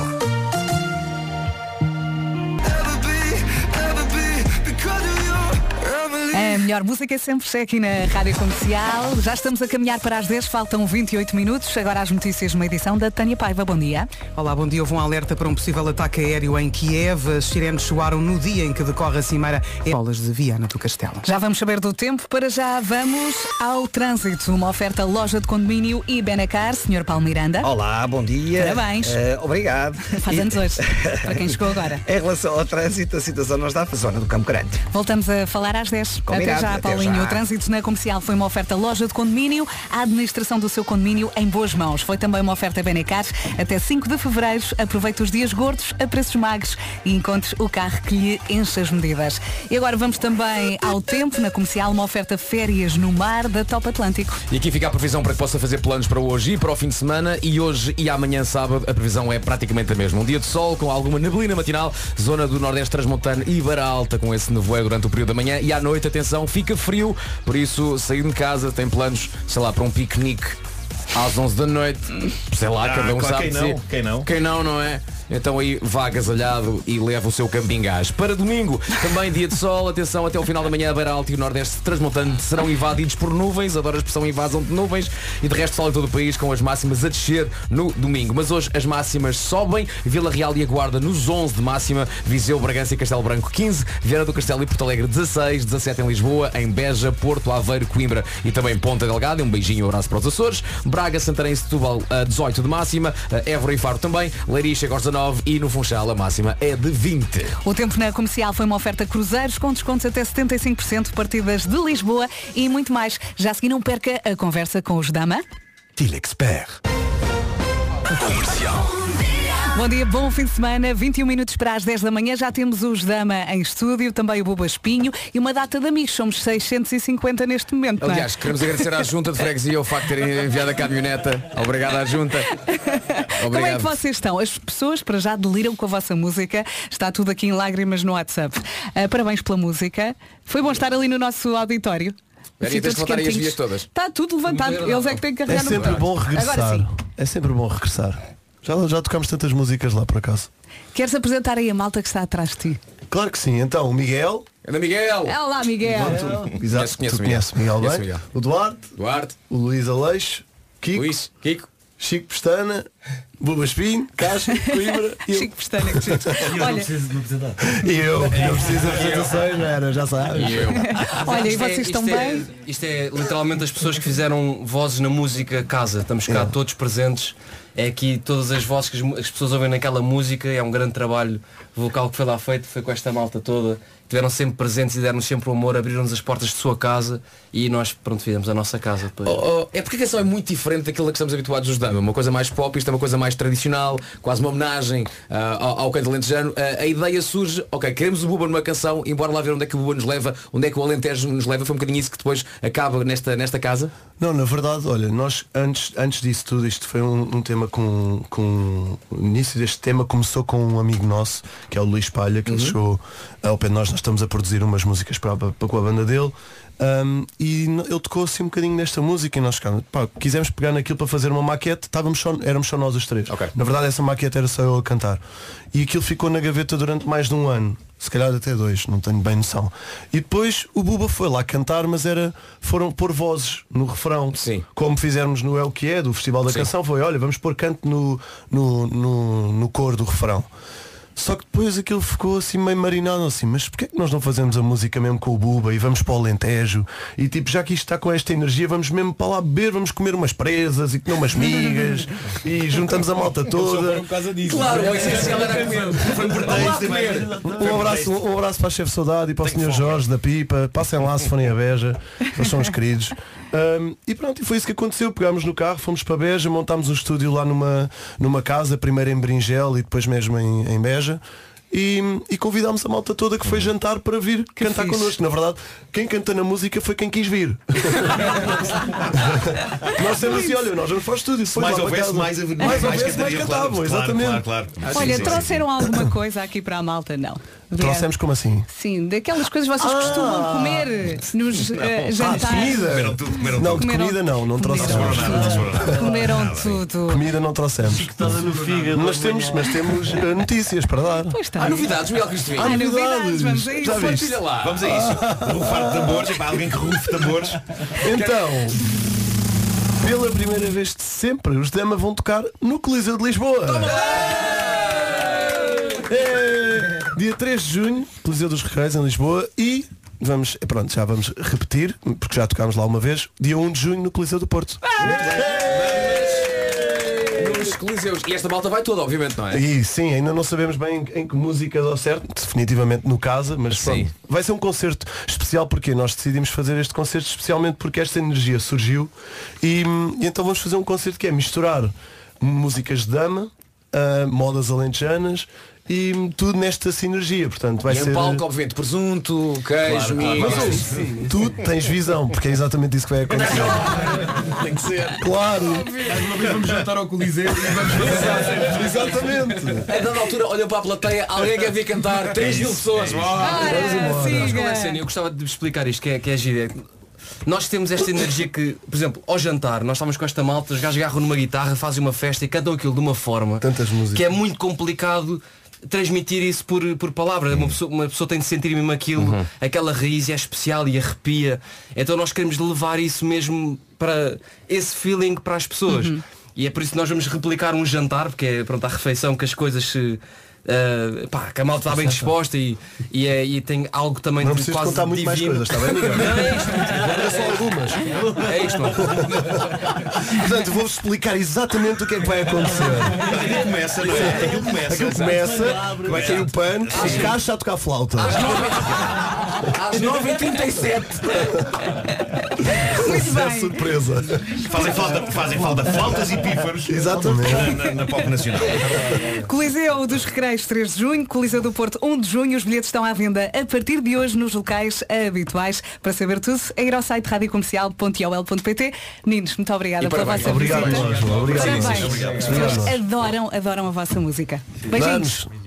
A melhor música é sempre aqui na Rádio Comercial. Já estamos a caminhar para as dez, faltam vinte e oito minutos. Agora as notícias, uma edição da Tânia Paiva. Bom dia. Olá, bom dia. Houve um alerta para um possível ataque aéreo em Kiev. As sirenes soaram no dia em que decorre a cimeira Escolas de Viana do Castelo. Já vamos saber do tempo. Para já vamos ao trânsito. Uma oferta loja de condomínio e Benacar. senhor Paulo Miranda. Olá, bom dia. Parabéns. Uh, obrigado. Faz anos hoje, para quem chegou agora. Em relação ao trânsito, a situação não está na zona do Campo Grande. Voltamos a falar às dez. Combinado. Até já, Até Paulinho. já. O trânsito na Comercial foi uma oferta loja de condomínio, a administração do seu condomínio em boas mãos. Foi também uma oferta Benacar. Até cinco de fevereiro, aproveite os dias gordos a preços magros e encontre o carro que lhe enche as medidas. E agora vamos também ao tempo na Comercial, uma oferta férias no mar da Top Atlântico. E aqui fica a previsão para que possa fazer planos para hoje e para o fim de semana. E hoje e amanhã sábado a previsão é praticamente a mesma. Um dia de sol com alguma neblina matinal, zona do Nordeste Transmontano e Beira Alta com esse nevoeiro durante o período da manhã. E à noite, atenção, fica frio, por isso saindo de casa tem planos, sei lá, para um piquenique às onze da noite, sei lá, Ah, cada um claro, sabe quem de si. não, quem não? Quem não, não é? Então aí vá agasalhado e leva o seu camping gás. Para domingo, também dia de sol, atenção, até o final da manhã a Beira Alta e o Nordeste Transmontano serão invadidos por nuvens, adoro a expressão invasão de nuvens, e de resto sol em todo o país com as máximas a descer no domingo. Mas hoje as máximas sobem, Vila Real e a Guarda nos onze de máxima, Viseu, Bragança e Castelo Branco quinze, Viana do Castelo e Porto Alegre dezasseis, dezassete em Lisboa, em Beja, Porto, Aveiro, Coimbra e também Ponta Delgada, um beijinho e um abraço para os Açores, Braga, Santarém e Setúbal a dezoito de máxima, Évora e Faro também, Leiria chega aos dezanove e no Funchal a máxima é de vinte. O tempo na Comercial foi uma oferta cruzeiros com descontos até setenta e cinco por cento, partidas de Lisboa e muito mais. Já a seguir não perca a conversa com os Dama. Tilexpert. Comercial. Bom dia, bom fim de semana, vinte e um minutos para as dez da manhã, já temos os Dama em estúdio, também o Buba Espinho e uma data de amigos, somos seiscentos e cinquenta neste momento. não é? Aliás, queremos agradecer à Junta de Freguesia o facto de terem enviado a caminhoneta. Obrigado à Junta. Obrigado. Como é que vocês estão? As pessoas para já deliram com a vossa música, está tudo aqui em lágrimas no WhatsApp. Uh, parabéns pela música, foi bom estar ali no nosso auditório. Maria, tens de voltar aí as vias todas. Está tudo levantado, eles é que têm que É carregar sempre no bom Agora regressar. sim. É sempre bom regressar. Já, já tocámos tantas músicas lá por acaso. Queres apresentar aí a malta que está atrás de ti? Claro que sim. Então, o Miguel. Anda Miguel. Olá, Miguel. Tu, exato, Conheço, tu conheço conheces o Miguel Conheço bem. Miguel. O Duarte. Duarte. O Luís Aleixo. Kiko. Luís. Kiko. Chico Pestana. Buba Espinho. Caixa. Coimbra. E eu. Chico Pestana, que chique. Olha, E eu. Não preciso de apresentações, não era? Já sabes. E eu. olha, e Isto é- vocês estão isto é- bem? Isto é literalmente as pessoas que fizeram vozes na música casa. Estamos cá todos presentes. É aqui todas as vozes que as, mu- as pessoas ouvem naquela música. É um grande trabalho vocal que foi lá feito. Foi com esta malta toda. Tiveram sempre presentes e deram-nos sempre o amor. Abriram-nos as portas de sua casa. E nós, pronto, fizemos a nossa casa depois. Oh, oh, é porque a canção é muito diferente daquilo a que estamos habituados os Dama. Uma coisa mais pop, isto é uma coisa mais tradicional, quase uma homenagem ah, ao, ao canto alentejano. Ah, a ideia surge, ok, queremos o Buba numa canção, embora lá ver onde é que o Buba nos leva, onde é que o Alentejo nos leva, foi um bocadinho isso que depois acaba nesta, nesta casa. Não, na verdade, olha, nós antes, antes disso tudo, isto foi um, um tema com, com. O início deste tema começou com um amigo nosso, que é o Luís Palha, que ele chegou ao pé de nós, nós estamos a produzir umas músicas para, para, para com a banda dele. Um, e n- ele tocou assim um bocadinho nesta música e nós ficámos, pá, quisemos pegar naquilo para fazer uma maquete, estávamos só, éramos só nós os três. Ok. Na verdade essa maquete era só eu a cantar. E aquilo ficou na gaveta durante mais de um ano, se calhar até dois, não tenho bem noção. E depois o Buba foi lá cantar, mas era, foram pôr vozes no refrão. Sim. Como fizermos no É o que é, do Festival da Sim. Canção, foi, olha, vamos pôr canto no, no, no, no coro do refrão. Só que depois aquilo ficou assim meio marinado assim, mas porquê é que nós não fazemos a música mesmo com o Buba e vamos para o Alentejo e tipo, já que isto está com esta energia, vamos mesmo para lá beber, vamos comer umas presas e comer umas migas e juntamos a malta toda. Claro, o essencial era comer. Foi importante lá comer. Um abraço, um abraço para a Chefe Saudade e para o senhor Jorge da Pipa, passem lá se forem a Beja, eles são os queridos. Um, e pronto, e foi isso que aconteceu. Pegámos no carro, fomos para Beja, montámos um estúdio lá numa, numa casa, primeiro em Bringel e depois mesmo em, em Beja. E, e convidámos a malta toda que foi jantar para vir cantar fixe. connosco. Na verdade, quem canta na música foi quem quis vir. Nós sempre assim, olha, nós vamos para o estúdio. Se mais houvesse, mais, mais, mais, mais houvesse, mais cantaria, cantavam, claro, exatamente. Claro, claro, claro. Olha, Sim, sim, trouxeram alguma coisa aqui para a malta? Não. Trouxemos como assim? Sim, daquelas coisas que vocês costumam comer nos eh, jantares. Comida? Comeram tudo, comeram Não, tudo. de comida não, não trouxemos. Não sobrou nada, não sobrou nada. Comeram tudo. Comida não trouxemos. no fígado. Mas temos, mas temos eh, notícias para dar. Pois está. Há novidades, Miguel Cristina. Há novidades, vamos a isso. Já viste? lá. Vamos a isso. Rufar de tambores, é para alguém que rufe tambores. Então, pela primeira vez de sempre, os Dama vão tocar no Coliseu de Lisboa. É, dia três de junho, Coliseu dos Recreios em Lisboa e vamos, pronto, já vamos repetir, porque já tocámos lá uma vez, dia um de junho no Coliseu do Porto. Nos Coliseus. E esta malta vai toda, obviamente, não é? E sim, ainda não sabemos bem em, em que música dá certo, definitivamente no Casa, mas pronto, vai ser um concerto especial porque nós decidimos fazer este concerto especialmente porque esta energia surgiu e, e então vamos fazer um concerto que é misturar músicas de Dama, uh, modas alentejanas e tudo nesta sinergia, portanto vai e ser... em palco, obviamente, presunto, queijo, Claro, milho. claro, sim. Tu tens visão, porque é exatamente isso que vai acontecer. Tem que ser. Claro. Mais uma vez vamos jantar ao Coliseu e vamos fazer. Exatamente. A dada altura, olham para a plateia, alguém quer vir cantar, três mil pessoas. Mas qual é a cena? Eu gostava de explicar isto, que é, que é giro. Nós temos esta energia que, por exemplo, ao jantar, nós estamos com esta malta, os gajos agarram numa guitarra, fazem uma festa e cantam aquilo de uma forma Tantas músicas. que é muito complicado transmitir isso por, por palavra. Uma pessoa, uma pessoa tem de sentir mesmo aquilo, Uhum. aquela raiz é especial e arrepia. Então nós queremos levar isso mesmo para esse feeling para as pessoas. Uhum. E é por isso que nós vamos replicar um jantar, porque é pronto, a refeição que as coisas se. Uh, pá, que a malta está bem disposta e, e, é, e tem algo também Não de preciso quase contar muito mais divino. coisas, está bem, Miguel? Não, é isto. Agora só algumas. É isto, mano. Portanto, vou-vos explicar exatamente o que é que vai acontecer. Aquilo começa, não é? Aquilo começa. Aquilo começa, vai cair o pano, a caixa a tocar flauta. Às nove e trinta e sete. Muito Isso é bem. surpresa. Fazem falta, fazem falta flautas e pífaros. Exatamente. Na, na, na pop nacional. Coliseu dos Recreios três de junho, Coliseu do Porto um de junho. Os bilhetes estão à venda a partir de hoje nos locais habituais. Para saber tudo, é ir ao site rádio comercial ponto i o l ponto p t. Meninos, muito obrigada E pela parabéns. vossa Obrigado, visita. Ângela. Obrigado. Parabéns. Obrigado. As pessoas adoram, adoram a vossa música. Beijinhos. Vamos.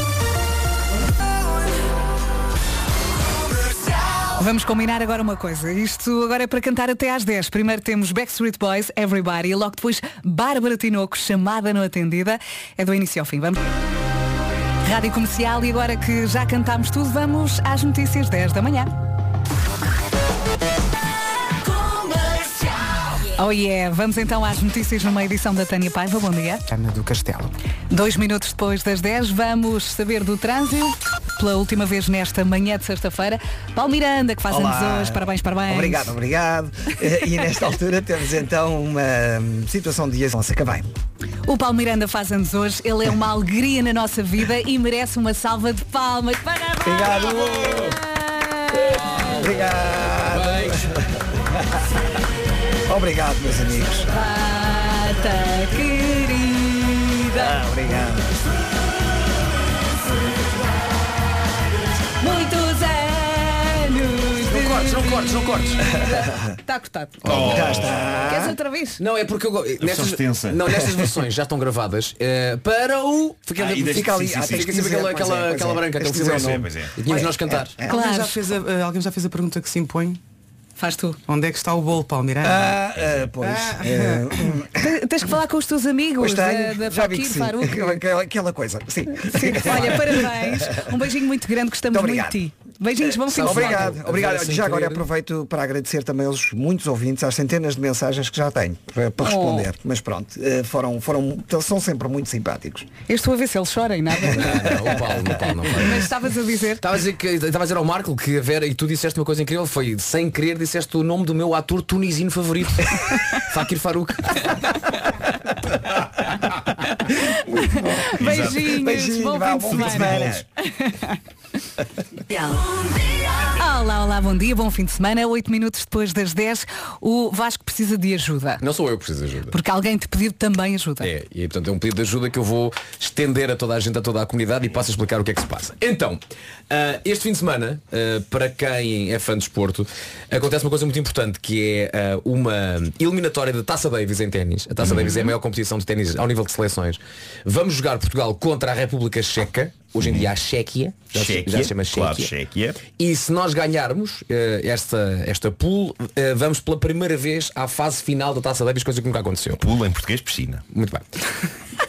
Vamos combinar agora uma coisa. Isto agora é para cantar até às dez. Primeiro temos Backstreet Boys, Everybody. E logo depois Bárbara Tinoco, Chamada Não Atendida. É do início ao fim. Vamos. Rádio Comercial. E agora que já cantámos tudo, vamos às notícias dez da manhã. Oh yeah, vamos então às notícias numa edição da Tânia Paiva. Bom dia. Ana do Castelo. Dois minutos depois das dez, vamos saber do trânsito. Pela última vez nesta manhã de sexta-feira. Paulo Miranda, que faz Olá. anos hoje. Parabéns, parabéns. Obrigado, obrigado. Eh, E nesta altura temos então uma hum, situação de nossa que bem. O Paulo Miranda faz anos hoje. Ele é uma alegria na nossa vida e merece uma salva de palmas. Parabéns! Obrigado. Obrigado. Obrigado, meus amigos. Pata querida. Ah, obrigado. Muitos anos. Não cortes, não cortes, não cortes. Está cortado. Oh. Já está. Queres outra vez? Não, é porque eu go- nestas, extensa. não, nestas versões já estão gravadas eh, para o. Fica, Ah, e deixa- Fica ali. sim, sim, Ah, sim. tens fica que sempre dizer, aquela, pois é, aquela, pois aquela é. branca, Tens aquele que dizer o silêncio. nome. Pois é. E tínhamos nós cantar. Alguém, já Claro. fez a, eh, alguém já fez a pergunta que se impõe? Faz tu. Onde é que está o bolo, Paulo Miranda? Ah, ah, pois. eh, Te- Tens que falar com os teus amigos Pois da, tenho, da já vi Fakir que sim. Faruque. Aquela, aquela coisa, sim. Sim, olha, parabéns. Um beijinho muito grande, gostamos Muito muito de ti. Beijinhos, bom fim de semana. Obrigado, obrigado. Sem Já agora querer. aproveito para agradecer também aos muitos ouvintes, às centenas de mensagens que já tenho para, para Oh. responder. Mas pronto, eh, foram, foram, são sempre muito simpáticos. Eu estou a ver se ele chora e nada. Não, não, o Paulo, não, Paulo, não. Paulo. Mas estavas a dizer. Estava a dizer que estava a dizer ao Marco que a Vera e tu disseste uma coisa incrível, foi sem querer disseste o nome do meu ator tunisino favorito. Fakir Faruque. Beijinhos, Beijinho, bom vá, fim de bom fim de semana. semana. Olá, olá, bom dia, bom fim de semana. Oito minutos depois das dez, o Vasco precisa de ajuda. Não sou eu que preciso de ajuda. Porque alguém te pediu também ajuda. É, e portanto é um pedido de ajuda que eu vou estender a toda a gente, a toda a comunidade e passo a explicar o que é que se passa. Então, ah, este fim de semana, ah, para quem é fã de desporto, acontece uma coisa muito importante que é ah, uma eliminatória da Taça Davis em ténis. A Taça Davis é a maior competição de ténis ao nível de seleções. Vamos jogar Portugal contra a República Checa. Hoje em dia a Chequia, já, se- Chequia, já se chama Chequia. claro, Chequia. E se nós ganharmos eh, esta, esta pool, eh, vamos pela primeira vez à fase final da Taça Davis, coisa que nunca aconteceu. Pula em português, piscina. Muito bem.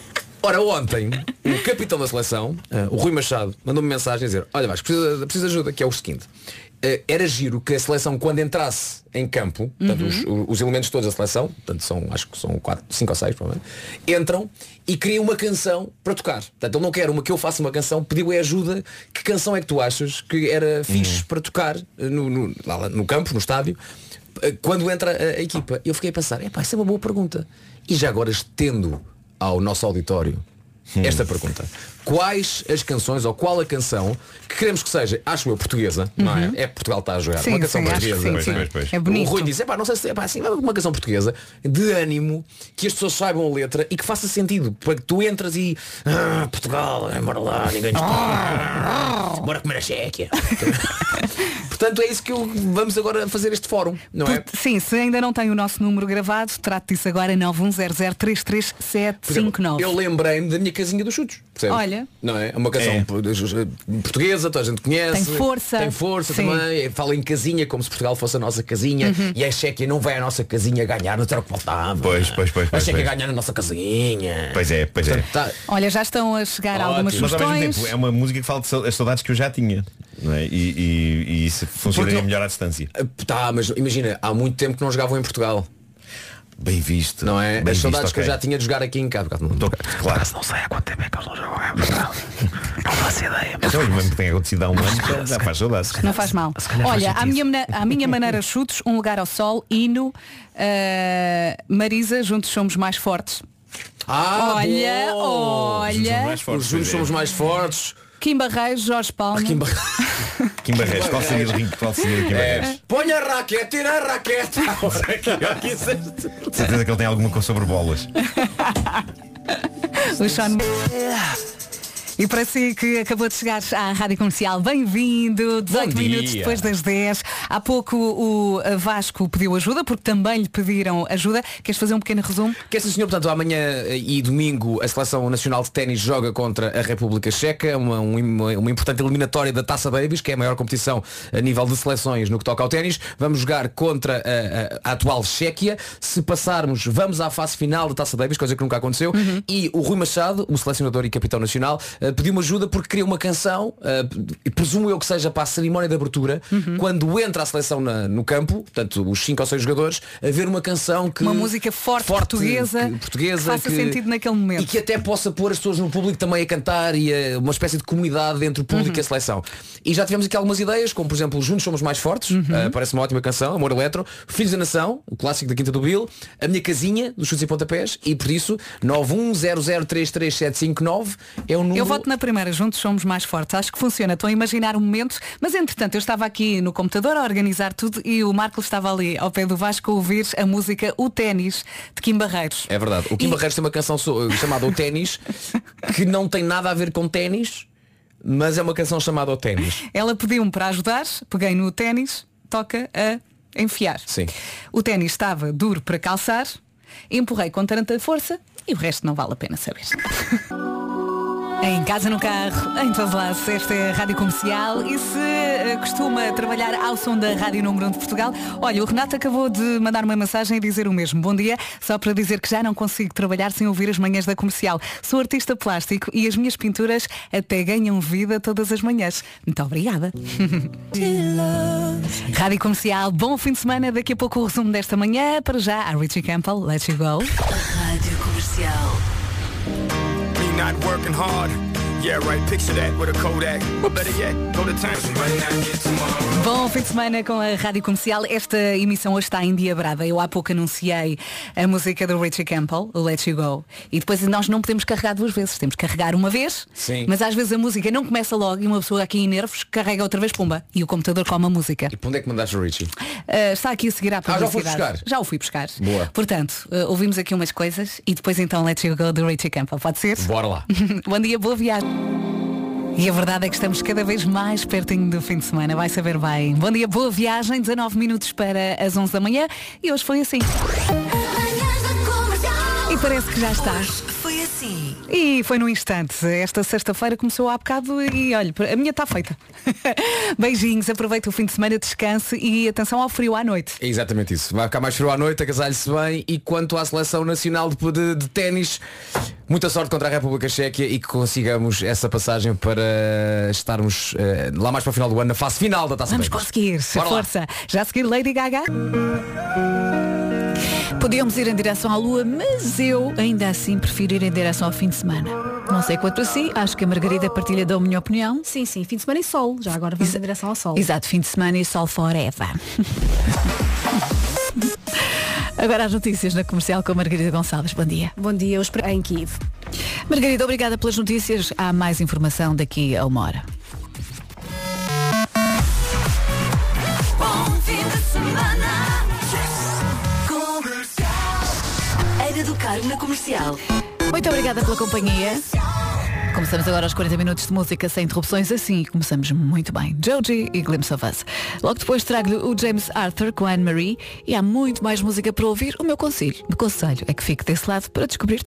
Ora, ontem, o capitão da seleção, uh, o Rui Machado, mandou-me mensagem a dizer, olha Vasco, precisa, precisa de ajuda, que é o seguinte. Uh, era giro que a seleção, quando entrasse em campo, portanto, Uhum. os, os elementos todos da seleção, portanto, são, acho que são quatro, cinco ou seis, provavelmente, entram e criam uma canção para tocar. Portanto, ele não quer uma que eu faça uma canção, pediu é ajuda. Que canção é que tu achas que era fixe Uhum. para tocar no, no, lá no campo, no estádio, quando entra a, a equipa? Eu fiquei a pensar, epá, essa é uma boa pergunta. E já agora estendo ao nosso auditório esta pergunta: quais as canções ou qual a canção que queremos que seja, acho eu, portuguesa, não é? Uhum. É Portugal está a jogar, Sim, uma canção sim, acho que portuguesa. sim, sim. Pois, pois, pois. É bonito. O Rui disse, epá, não sei se epá, assim, uma canção portuguesa de ânimo, que as pessoas saibam a letra e que faça sentido, para que tu entras e ah, Portugal, bora lá, ninguém nos ah, bora comer a Chequia. Portanto, é isso que eu, vamos agora fazer este fórum, não é? Por- Sim, se ainda não tem o nosso número gravado, trate disso agora nove um zero zero três três sete Por exemplo, cinco nove. eu lembrei-me da minha casinha dos chutos, percebes? Olha. Não é? É uma canção É. portuguesa, toda a gente conhece. Tem força. Tem força Sim. também. Fala em casinha, como se Portugal fosse a nossa casinha. Uhum. E a Chequia não vai à nossa casinha ganhar, não era o que faltava. Pois, pois, pois, A pois, Chequia pois. ganhar na nossa casinha. Pois é, pois é. Portanto, tá- Olha, já estão a chegar algumas Mas ao mesmo sugestões. tempo é uma música que fala de sau- as saudades que eu já tinha, não é? E, e, e isso funcionaria Porque não- melhor à distância. Tá, mas imagina, há muito tempo que não jogavam em Portugal. Bem visto. Não é? Bem As saudades visto, que eu ok. já tinha de jogar aqui em casa. Não, Claro. não sei há quanto tempo é que eles não jogam em Portugal. Não faço ideia. Então, mesmo que tenha acontecido há um ano, já- já faz saudades. Não faz mal. calhar faz Olha, à sentido. minha, mane- à minha maneira chutos, um lugar ao sol, hino, ah, Marisa, juntos somos mais fortes. Ah, Olha, bom. olha. Os juntos somos mais fortes. Kim Barreiros, Jorge Palma. Kim Kim Barreiros, qual seria o ringue? Qual seria o Kim Barreiros? É. Põe a raquete, tira a raquete. De certeza que ele tem alguma coisa sobre bolas. O Sean... E para si que acabou de chegar à Rádio Comercial, bem-vindo, dezoito Bom minutos dia. depois das dez. Há pouco o Vasco pediu ajuda, porque também lhe pediram ajuda. Queres fazer um pequeno resumo? Que esse senhor, portanto, amanhã e domingo a Seleção Nacional de Ténis joga contra a República Checa, uma, uma, uma importante eliminatória da Taça Davis, que é a maior competição a nível de seleções no que toca ao ténis. Vamos jogar contra a, a- a atual Chequia. Se passarmos, vamos à fase final da Taça Davis, coisa que nunca aconteceu. E o Rui Machado, o selecionador e capitão nacional, eh, pediu-me ajuda porque queria uma canção, eh, e presumo eu que seja para a cerimónia de abertura, quando entra a seleção na- no campo, portanto os cinco ou seis jogadores, a ver uma canção que Uma música forte, portuguesa, que- portuguesa que faça sentido naquele momento. e que até possa pôr as pessoas no público também a cantar e a- uma espécie de comunidade entre o público e a seleção. E já tivemos aqui algumas ideias, como por exemplo Juntos Somos Mais Fortes, eh, parece uma ótima canção, Amor Eletro, Filhos da Nação, o clássico da Quinta do Bill, A Minha Casinha, dos Chutes e Pontapés, e por isso nove um zero zero três três sete cinco nove é o número. Eu voto na primeira, juntos somos mais fortes. Acho que funciona. Estou a imaginar um momento, mas entretanto eu estava aqui no computador a organizar tudo e o Marco estava ali ao pé do Vasco a ouvir a música O Ténis de Kim Barreiros. É verdade. O Kim E- Barreiros tem uma canção so- chamada O Ténis, que não tem nada a ver com ténis, mas é uma canção chamada O Ténis. Ela pediu-me para ajudar, peguei no ténis, toca a enfiar. Sim. O ténis estava duro para calçar, empurrei com tanta força e o resto não vale a pena saber. Em casa, no carro, em todo lado, esta é a Rádio Comercial e se eh, costuma trabalhar ao som da Rádio Número um de Portugal, olha, o Renato acabou de mandar uma mensagem e dizer o mesmo. Bom dia, só para dizer que já não consigo trabalhar sem ouvir as manhãs da Comercial. Sou artista plástico e as minhas pinturas até ganham vida todas as manhãs. Muito obrigada. Rádio Comercial, bom fim de semana. Daqui a pouco o resumo desta manhã. Para já, a Richie Campbell, Let You Go. Rádio Comercial. Me not working hard. Yeah, right. Picture that with a Kodak. Or better yet, go to time right now, get tomorrow. Bom fim de semana com a Rádio Comercial. Esta emissão hoje está endiabrada. Eu há pouco anunciei a música do Richie Campbell, o Let You Go. E depois nós não podemos carregar duas vezes. Temos que carregar uma vez. Sim. Mas às vezes a música não começa logo e uma pessoa aqui em nervos carrega outra vez, pumba. E o computador come a música. E para onde é que mandaste o Richie? Uh, está aqui a seguir à Ah, já o foste publicidade. buscar? Já o fui buscar. Boa. Portanto, uh, ouvimos aqui umas coisas e depois então Let You Go do Richie Campbell. Pode ser? Bora lá. Bom dia, boa viagem. E a verdade é que estamos cada vez mais pertinho do fim de semana. Vai saber bem. Bom dia, boa viagem. dezanove minutos para as onze da manhã. E hoje foi assim. E parece que já está. Foi assim. E foi num instante. Esta sexta-feira começou há bocado e olha, a minha está feita. Beijinhos, aproveita o fim de semana, descanse e atenção ao frio à noite. É exatamente isso. Vai ficar mais frio à noite, agasalhe-se bem. E quanto à seleção nacional de, de, de ténis, muita sorte contra a República Chequia e que consigamos essa passagem para estarmos uh, lá mais para o final do ano, na fase final da Taça Vamos Davis. conseguir, força. Já a seguir Lady Gaga. Podíamos ir em direção à Lua, mas eu ainda assim prefiro ir em direção ao fim de semana. Não sei quanto a si, acho que a Margarida partilha da minha opinião. Sim, sim, fim de semana e sol. Já agora vamos Exa- em direção ao sol. Exato, fim de semana e sol forever. Agora as notícias na Comercial com a Margarida Gonçalves. Bom dia. Bom dia, eu espero em Kiev. Margarida, obrigada pelas notícias. Há mais informação daqui a uma hora. Bom fim de semana. Era do Carmo na Comercial. Muito obrigada pela companhia. Começamos agora aos quarenta minutos de música sem interrupções, assim começamos muito bem. Joji e Glimpse of Us. Logo depois trago-lhe o James Arthur com a Anne-Marie e há muito mais música para ouvir. O meu conselho, o conselho é que fique desse lado para descobrir